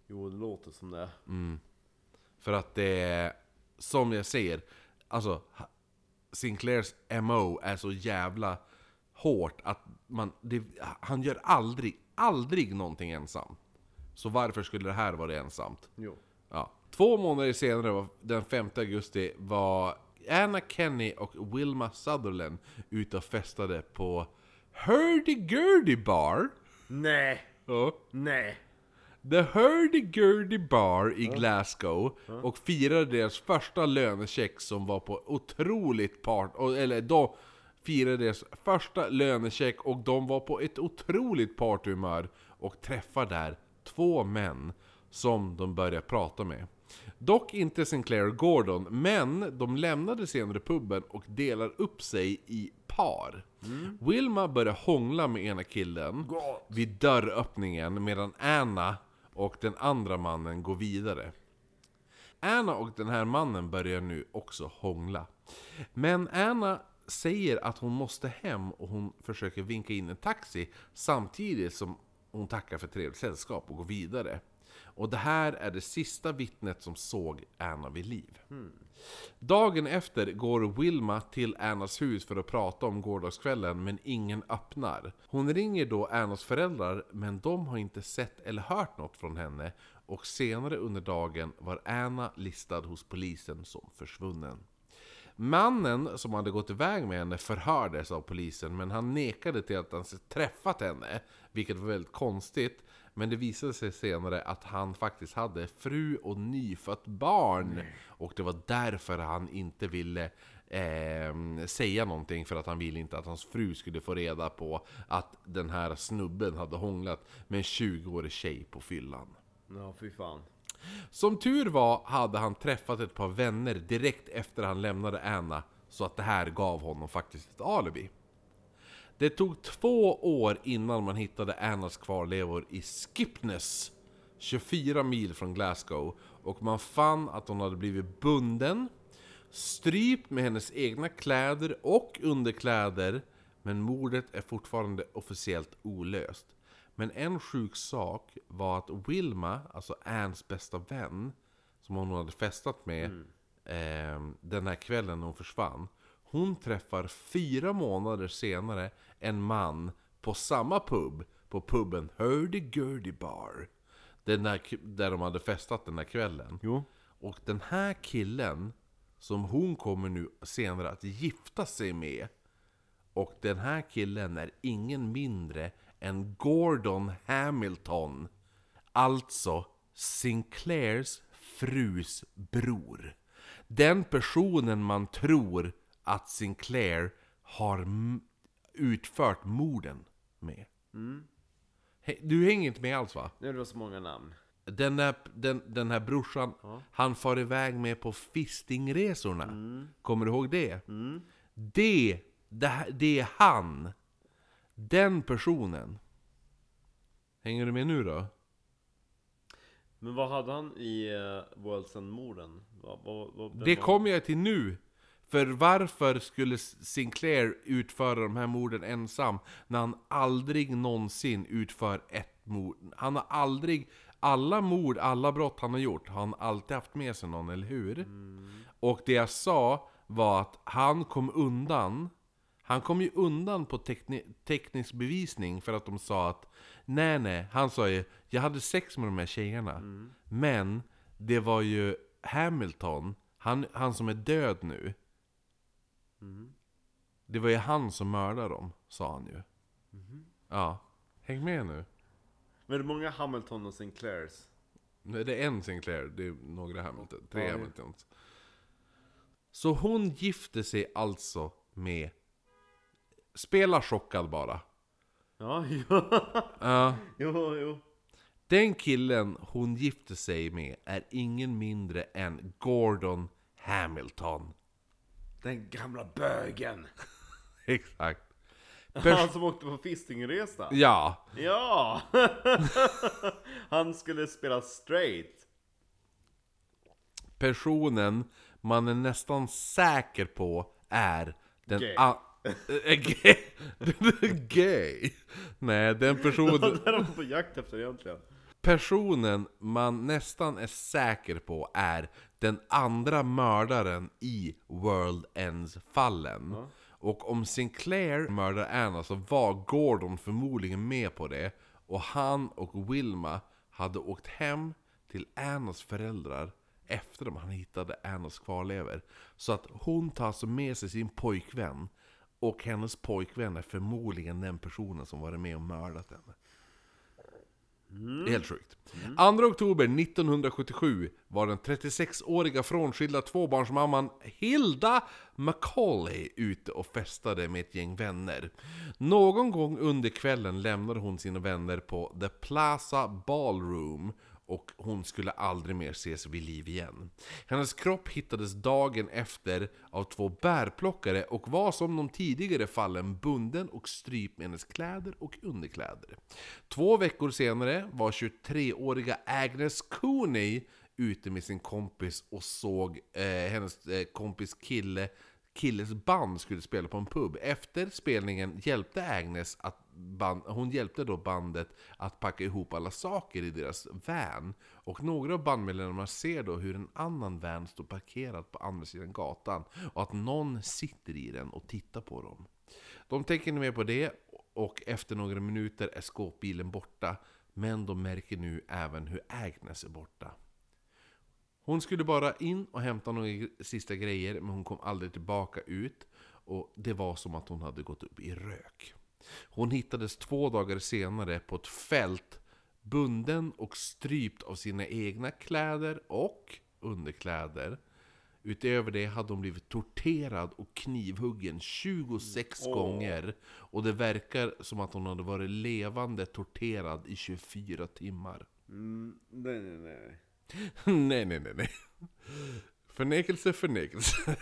Jo, det låter som det. För att det är, som jag säger, alltså Sinclairs MO är så jävla hårt att han gör aldrig någonting ensam. Så varför skulle det här vara ensamt? Jo. Ja. 2 månader senare, den 5 augusti, var Anna Kenny och Wilma Sutherland ute och festade på Hurdy-Gurdy Bar. Nej. Ja. Nej. The Hurdy-Gurdy Bar i Glasgow och firade deras första lönecheck som var på otroligt de firade deras första lönecheck och de var på ett otroligt partyhumör och träffade där 2 män som de började prata med. Dock inte Sinclair och Gordon, men de lämnade senare puben och delar upp sig i par. Wilma började hångla med ena killen vid dörröppningen medan Anna och den andra mannen går vidare. Anna och den här mannen börjar nu också hångla. Men Anna säger att hon måste hem och hon försöker vinka in en taxi samtidigt som hon tackar för trevligt sällskap och går vidare. Och det här är det sista vittnet som såg Anna vid liv. Dagen efter går Wilma till Annas hus för att prata om gårdagskvällen, men ingen öppnar. Hon ringer då Annas föräldrar, men de har inte sett eller hört något från henne. Och senare under dagen var Anna listad hos polisen som försvunnen. Mannen som hade gått iväg med henne förhördes av polisen, men han nekade till att han träffat henne, vilket var väldigt konstigt. Men det visade sig senare att han faktiskt hade fru och nyfött barn. Och det var därför han inte ville säga någonting, för att han ville inte att hans fru skulle få reda på att den här snubben hade hånglat med en 20-årig tjej på fyllan. Ja, fy fan. Som tur var hade han träffat ett par vänner direkt efter han lämnade Anna, så att det här gav honom faktiskt ett alibi. Det tog 2 år innan man hittade Annas kvarlevor i Skipness, 24 mil från Glasgow, och man fann att hon hade blivit bunden, strypt med hennes egna kläder och underkläder, men mordet är fortfarande officiellt olöst. Men en sjuk sak var att Wilma, alltså Anns bästa vän, som hon hade festat med den här kvällen när hon försvann, hon träffar 4 månader senare en man på samma pub, på puben Hurdy-Gurdy Bar, där de hade festat den här kvällen. Jo. Och den här killen som hon kommer nu senare att gifta sig med, och den här killen är ingen mindre än Gordon Hamilton, alltså Sinclairs frus bror. Den personen man tror att Sinclair har utfört morden med. Du hänger inte med alls, va? Det var så många namn. Den här brorsan, han far iväg med på fistingresorna. Kommer du ihåg det? Det är han. Den personen. Hänger du med nu då? Men vad hade han i Wilson-morden? Det kommer jag till nu. För varför skulle Sinclair utföra de här morden ensam när han aldrig någonsin utför ett mord? Han har aldrig, alla brott han har gjort har han alltid haft med sig någon, eller hur? Och det jag sa var att han kom ju undan på teknisk bevisning, för att de sa att nej, han sa ju, jag hade sex med de här tjejerna, men det var ju Hamilton, han som är död nu. Det var ju han som mördade dem, sa han ju. Ja, häng med nu. Men är det många Hamilton och Sinclairs? Nej, det är en Sinclair, det är några Hamilton, 3 Hamiltons. Så hon gifte sig alltså med, spela chockad bara. Ja. Jo. Den killen hon gifte sig med är ingen mindre än Gordon Hamilton. Den gamla bögen. Exakt. Han som åkte på fistingresa. Ja. Han skulle spela straight. Personen man är nästan säker på är den Gay. Gay. Nej, den personen. Det är de på jakt efter egentligen. personen man nästan är säker på är den andra mördaren i World Ends-fallen. Och om Sinclair mördar Anna så var Gordon förmodligen med på det. Och han och Wilma hade åkt hem till Annas föräldrar efter att han hittade Annas kvarlever. Så att hon tar alltså med sig sin pojkvän. Och hennes pojkvän är förmodligen den personen som varit med och mördat henne. Helt sjukt. 2 oktober 1977 var den 36-åriga frånskilda tvåbarnsmamman Hilda Macaulay ute och festade med ett gäng vänner. Någon gång under kvällen lämnade hon sina vänner på The Plaza Ballroom och hon skulle aldrig mer ses vid liv igen. Hennes kropp hittades dagen efter av 2 bärplockare och var som de tidigare fallen bunden och strypt med hennes kläder och underkläder. 2 veckor senare var 23-åriga Agnes Cooney ute med sin kompis och såg hennes kompis killes band skulle spela på en pub. Efter spelningen hjälpte Agnes hon hjälpte då bandet att packa ihop alla saker i deras van. Och några av bandmedlemmarna ser då hur en annan van står parkerad på andra sidan gatan och att någon sitter i den och tittar på dem. De tänker med på det och efter några minuter är skåpbilen borta, men de märker nu även hur Agnes är borta. Hon skulle bara in och hämta några sista grejer, men hon kom aldrig tillbaka ut och det var som att hon hade gått upp i rök. Hon hittades 2 dagar senare på ett fält, bunden och strypt av sina egna kläder och underkläder. Utöver det hade hon blivit torterad och knivhuggen 26 gånger och det verkar som att hon hade varit levande torterad i 24 timmar. Nej. Nej. Förnekelse.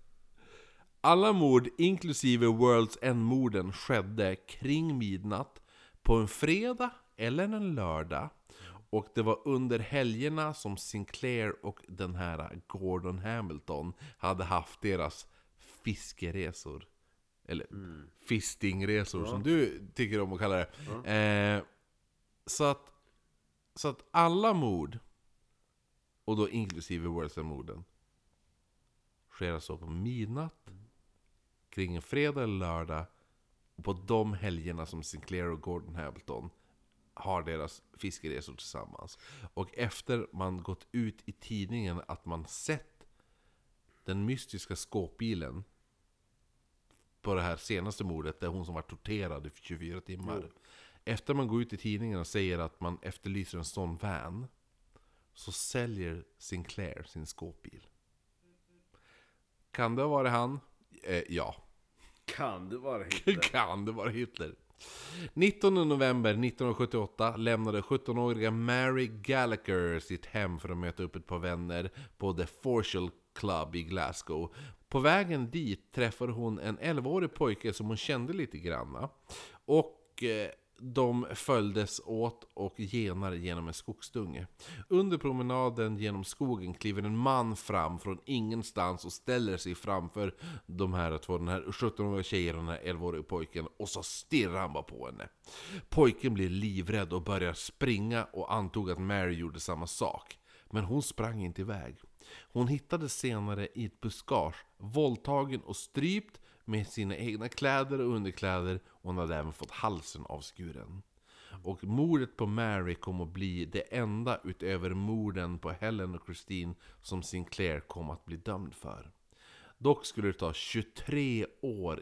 Alla mord, inklusive World's End-morden, skedde kring midnatt på en fredag eller en lördag. Och det var under helgerna som Sinclair och den här Gordon Hamilton hade haft deras fiskeresor. Eller fistingresor som du tycker om att kalla det. Så att alla mord, och då inklusive World's End-morden, sker alltså på midnatt kring en fredag eller lördag och på de helgerna som Sinclair och Gordon Hamilton har deras fiskeresor tillsammans. Och efter man gått ut i tidningen att man sett den mystiska skåpbilen på det här senaste mordet, där hon som var torterad i 24 timmar. Efter man går ut i tidningen och säger att man efterlyser en sån van, så säljer Sinclair sin skåpbil. Kan det vara han? Ja. Kan det vara Hitler? Kan det vara Hitler? 19 november 1978 lämnade 17-åriga Mary Gallagher sitt hem för att möta upp ett par vänner på The Forshall Club i Glasgow. På vägen dit träffade hon en 11-årig pojke som hon kände lite granna. Och de följdes åt och genar genom en skogsdunge. Under promenaden genom skogen kliver en man fram från ingenstans och ställer sig framför de här två, den här 17-åriga tjejen och den här 11-åriga pojken, och så stirrar han bara på henne. Pojken blir livrädd och börjar springa och antog att Mary gjorde samma sak. Men hon sprang inte iväg. Hon hittades senare i ett buskage, våldtagen och strypt med sina egna kläder och underkläder, och hon hade även fått halsen avskuren. Och mordet på Mary kom att bli det enda utöver morden på Helen och Christine som Sinclair kom att bli dömd för. Dock skulle det ta 23 år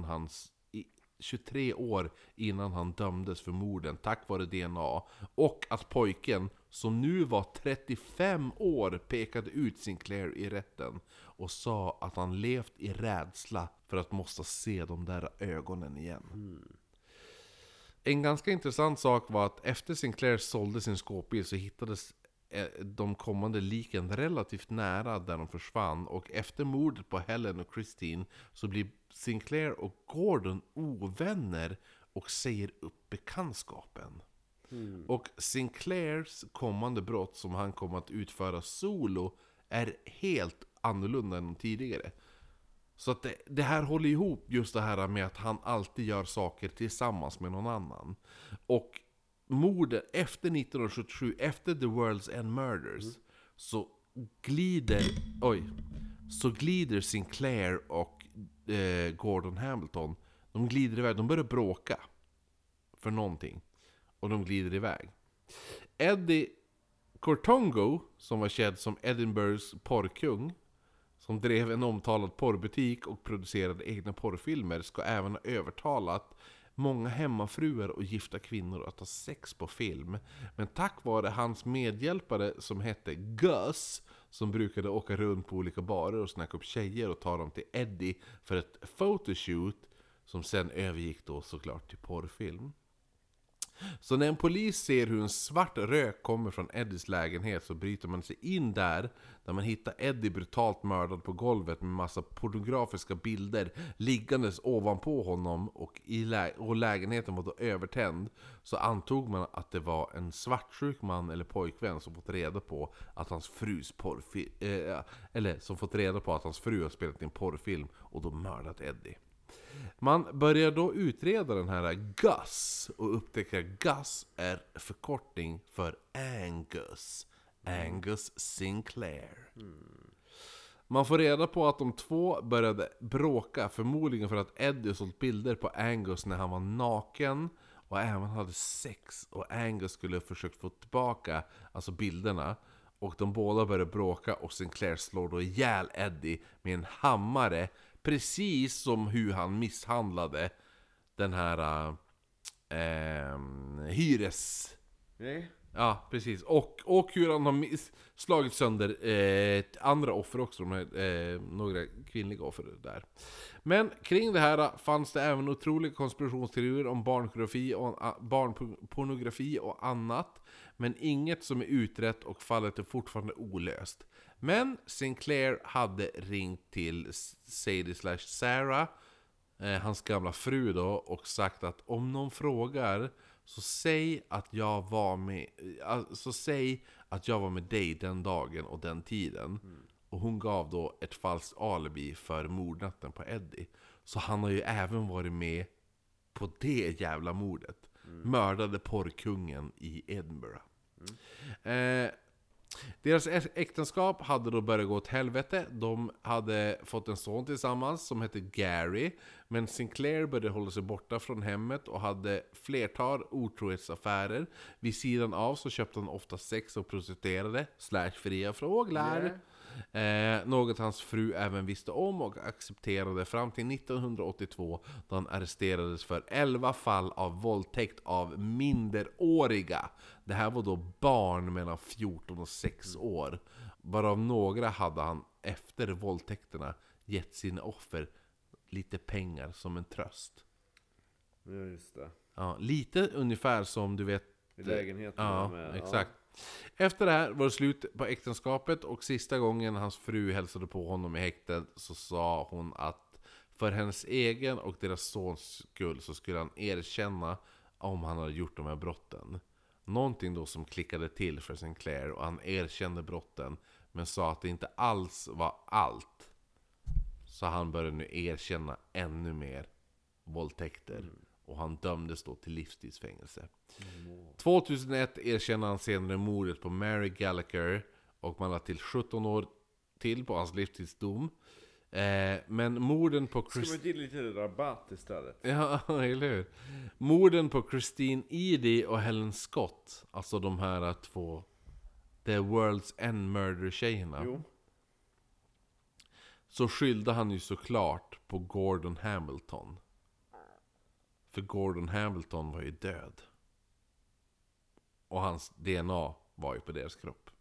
innan han dömdes för morden tack vare DNA, och att pojken som nu var 35 år pekade ut Sinclair i rätten och sa att han levt i rädsla för att måste se de där ögonen igen. En ganska intressant sak var att efter Sinclair sålde sin skåpbil så hittades de kommande liken relativt nära där de försvann, och efter mordet på Helen och Christine så blir Sinclair och Gordon ovänner och säger upp bekantskapen. Och Sinclairs kommande brott som han kommer att utföra solo är helt annorlunda än tidigare. Så att det här håller ihop, just det här med att han alltid gör saker tillsammans med någon annan. Och morden efter 1977, efter The World's End Murders, så glider Sinclair och Gordon Hamilton, de glider iväg, de börjar bråka för någonting, och de glider iväg. Eddie Cortongo, som var känd som Edinburghs porrkung, som drev en omtalad porrbutik och producerade egna porrfilmer, ska även ha övertalat många hemmafruar och gifta kvinnor att ha sex på film. Men tack vare hans medhjälpare som hette Gus, som brukade åka runt på olika barer och snacka upp tjejer och ta dem till Eddie för ett photoshoot, som sen övergick då såklart till porrfilm. Så när en polis ser hur en svart rök kommer från Eddies lägenhet, så bryter man sig in där man hittar Eddie brutalt mördad på golvet med massa pornografiska bilder liggandes ovanpå honom, och lägenheten var då övertänd. Så antog man att det var en svartsjuk man eller pojkvän som fått reda på att hans frus som fått reda på att hans fru har spelat in porrfilm och då mördat Eddie. Man börjar då utreda den här Gus och upptäcker att Gus är förkortning för Angus Sinclair. Man får reda på att de två började bråka, förmodligen för att Eddie sålt bilder på Angus när han var naken och även hade sex, och Angus skulle försökt få tillbaka alltså bilderna, och de båda började bråka och Sinclair slår då ihjäl Eddie med en hammare, precis som hur han misshandlade den här hyres... Nej. Ja, precis. Och hur han har slagit sönder andra offer också, några kvinnliga offer där. Men kring det här fanns det även otroliga konspirationsteorier om barnpornografi och annat, men inget som är utrett, och fallet är fortfarande olöst. Men Sinclair hade ringt till Sadie/Sarah, hans gamla fru då, och sagt att om någon frågar, så säg att jag var med dig den dagen och den tiden. Och hon gav då ett falskt alibi för mordnatten på Eddie. Så han har ju även varit med på det jävla mordet. Mördade porrkungen i Edinburgh. Deras äktenskap hade då börjat gå åt helvete. De hade fått en son tillsammans som hette Gary, men Sinclair började hålla sig borta från hemmet och hade flertal otrohetsaffärer. Vid sidan av så köpte han ofta sex och prostituerade / fria fåglar. Något hans fru även visste om och accepterade fram till 1982, då han arresterades för 11 fall av våldtäkt av minderåriga. Det här var då barn mellan 14 och 6 år. Varav några hade han efter våldtäkterna gett sina offer lite pengar som en tröst. Ja, just det. Ja, lite ungefär som du vet i lägenheten. Ja, med, exakt. Efter det här var det slut på äktenskapet, och sista gången hans fru hälsade på honom i häktet så sa hon att för hennes egen och deras sons skull så skulle han erkänna om han hade gjort de här brotten. Någonting då som klickade till för Sinclair, och han erkände brotten men sa att det inte alls var allt. Så han började nu erkänna ännu mer våldtäkter. Och han dömdes då till livstidsfängelse. 2001 erkände han senare mordet på Mary Gallagher, och man lade till 17 år till på hans livstidsdom. Men morden på Ska man ge lite rabatt istället? Ja, eller hur? Morden på Christine Edie och Helen Scott, alltså de här två The World's End Murder-tjejerna. Jo. Så skyllde han ju såklart på Gordon Hamilton. För Gordon Hamilton var ju död. Och hans DNA var ju på deras kropp.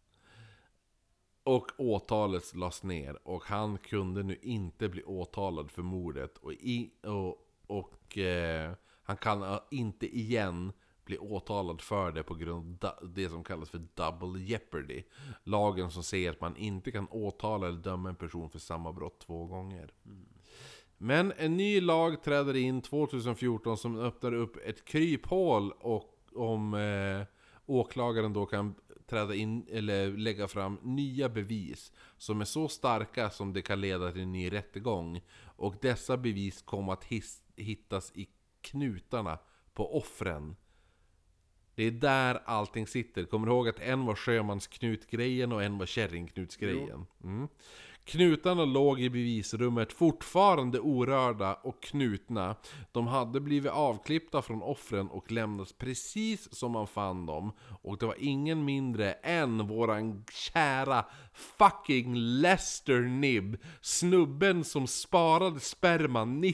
Och åtalet lades ner. Och han kunde nu inte bli åtalad för mordet. Och han kan inte igen bli åtalad för det på grund av det som kallas för double jeopardy. Lagen som säger att man inte kan åtala eller döma en person för samma brott 2 gånger. Men en ny lag träder in 2014 som öppnar upp ett kryphål, och om åklagaren då kan träda in eller lägga fram nya bevis som är så starka som det kan leda till en ny rättegång. Och dessa bevis kommer att hittas i knutarna på offren. Det är där allting sitter. Kommer du ihåg att en var sjömansknutgrejen och en var kärringknutsgrejen? Knutarna låg i bevisrummet fortfarande orörda och knutna. De hade blivit avklippta från offren och lämnats precis som man fann dem. Och det var ingen mindre än våran kära fucking Lester Nibb. Snubben som sparade sperman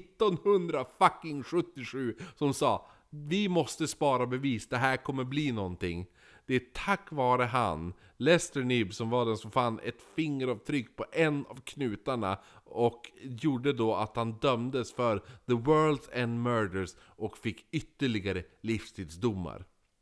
1977 som sa: vi måste spara bevis, det här kommer bli någonting. Det är tack vare han, Lester Nibb, som var den som fann ett fingeravtryck på en av knutarna och gjorde då att han dömdes för The World's End Murders och fick ytterligare livstidsdomar.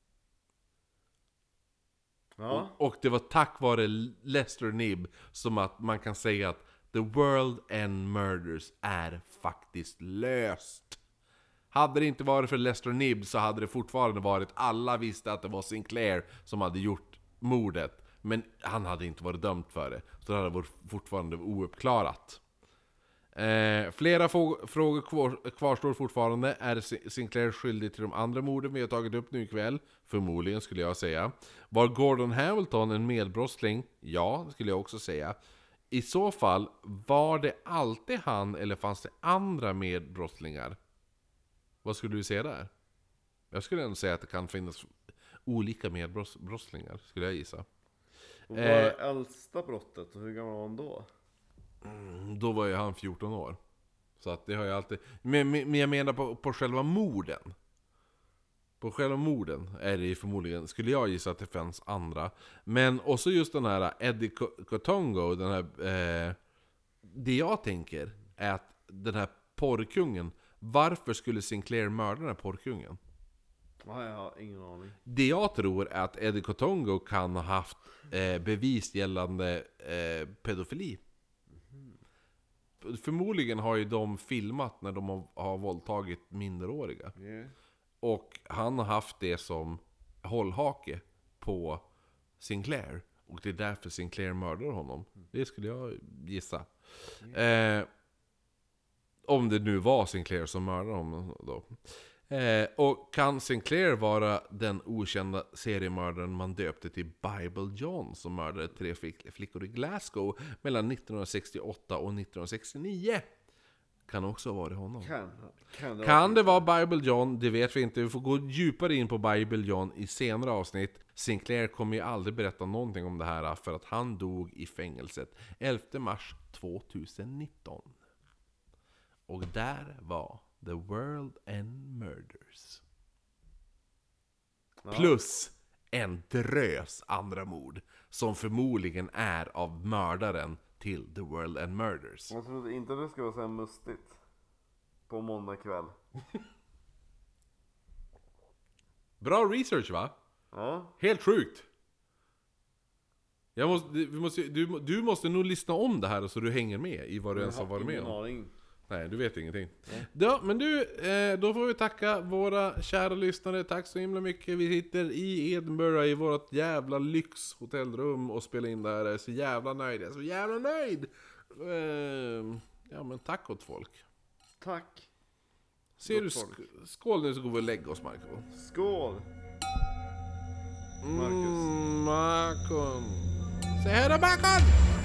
Ja. Och det var tack vare Lester Nibb som att man kan säga att The World End Murders är faktiskt löst. Hade det inte varit för Lester Nibb så hade det fortfarande varit, alla visste att det var Sinclair som hade gjort mordet, men han hade inte varit dömd för det, så det hade varit fortfarande ouppklarat. Flera frågor kvarstår fortfarande. Är Sinclair skyldig till de andra morden vi har tagit upp nu ikväll? Förmodligen, skulle jag säga. Var Gordon Hamilton en medbrottsling? Ja, det skulle jag också säga. I så fall, var det alltid han eller fanns det andra medbrottslingar? Vad skulle du säga där? Jag skulle ändå säga att det kan finnas olika medbrottslingar, skulle jag gissa. Och vad är äldsta brottet och hur gammal var han då? Då var ju han 14 år. Så att det har jag alltid... Men jag menar på själva morden. På själva morden är det förmodligen, skulle jag gissa, att det finns andra. Men också just den här Eddie Kotongo, den här... det jag tänker är att den här porrkungen, varför skulle Sinclair mörda den här porrkungen? Ja, jag har ingen aning. Det jag tror är att Eddie Kotongo kan ha haft bevis gällande pedofili. Förmodligen har ju de filmat när de har våldtagit minderåriga. Och han har haft det som hållhake på Sinclair. Och det är därför Sinclair mördar honom. Det skulle jag gissa. Om det nu var Sinclair som mördade honom då. Och kan Sinclair vara den okända seriemördaren man döpte till Bible John, som mördade 3 flickor i Glasgow mellan 1968 och 1969? Kan också ha varit honom. Kan det vara Bible John? Det vet vi inte. Vi får gå djupare in på Bible John i senare avsnitt. Sinclair kommer ju aldrig berätta någonting om det här, för att han dog i fängelset 11 mars 2019. Och där var The World End Murders. Ja. Plus en drös andra mord som förmodligen är av mördaren till The World End Murders. Jag trodde inte det skulle vara så här mustigt på måndag kväll. Bra research, va? Ja. Helt sjukt. Du måste nog lyssna om det här så du hänger med i vad du ens har varit med om. Nej, du vet ingenting. Ja, men du, då får vi tacka våra kära lyssnare. Tack så himla mycket. Vi sitter i Edinburgh i vårt jävla lyxhotellrum och spelar in det här. Jag är så jävla nöjd. Jag är så jävla nöjd. Ja, men tack åt folk. Tack. Ser du, skål nu så går vi och lägger oss, Marco. Skål. Marcus. Marco. Säg hej då, Marco.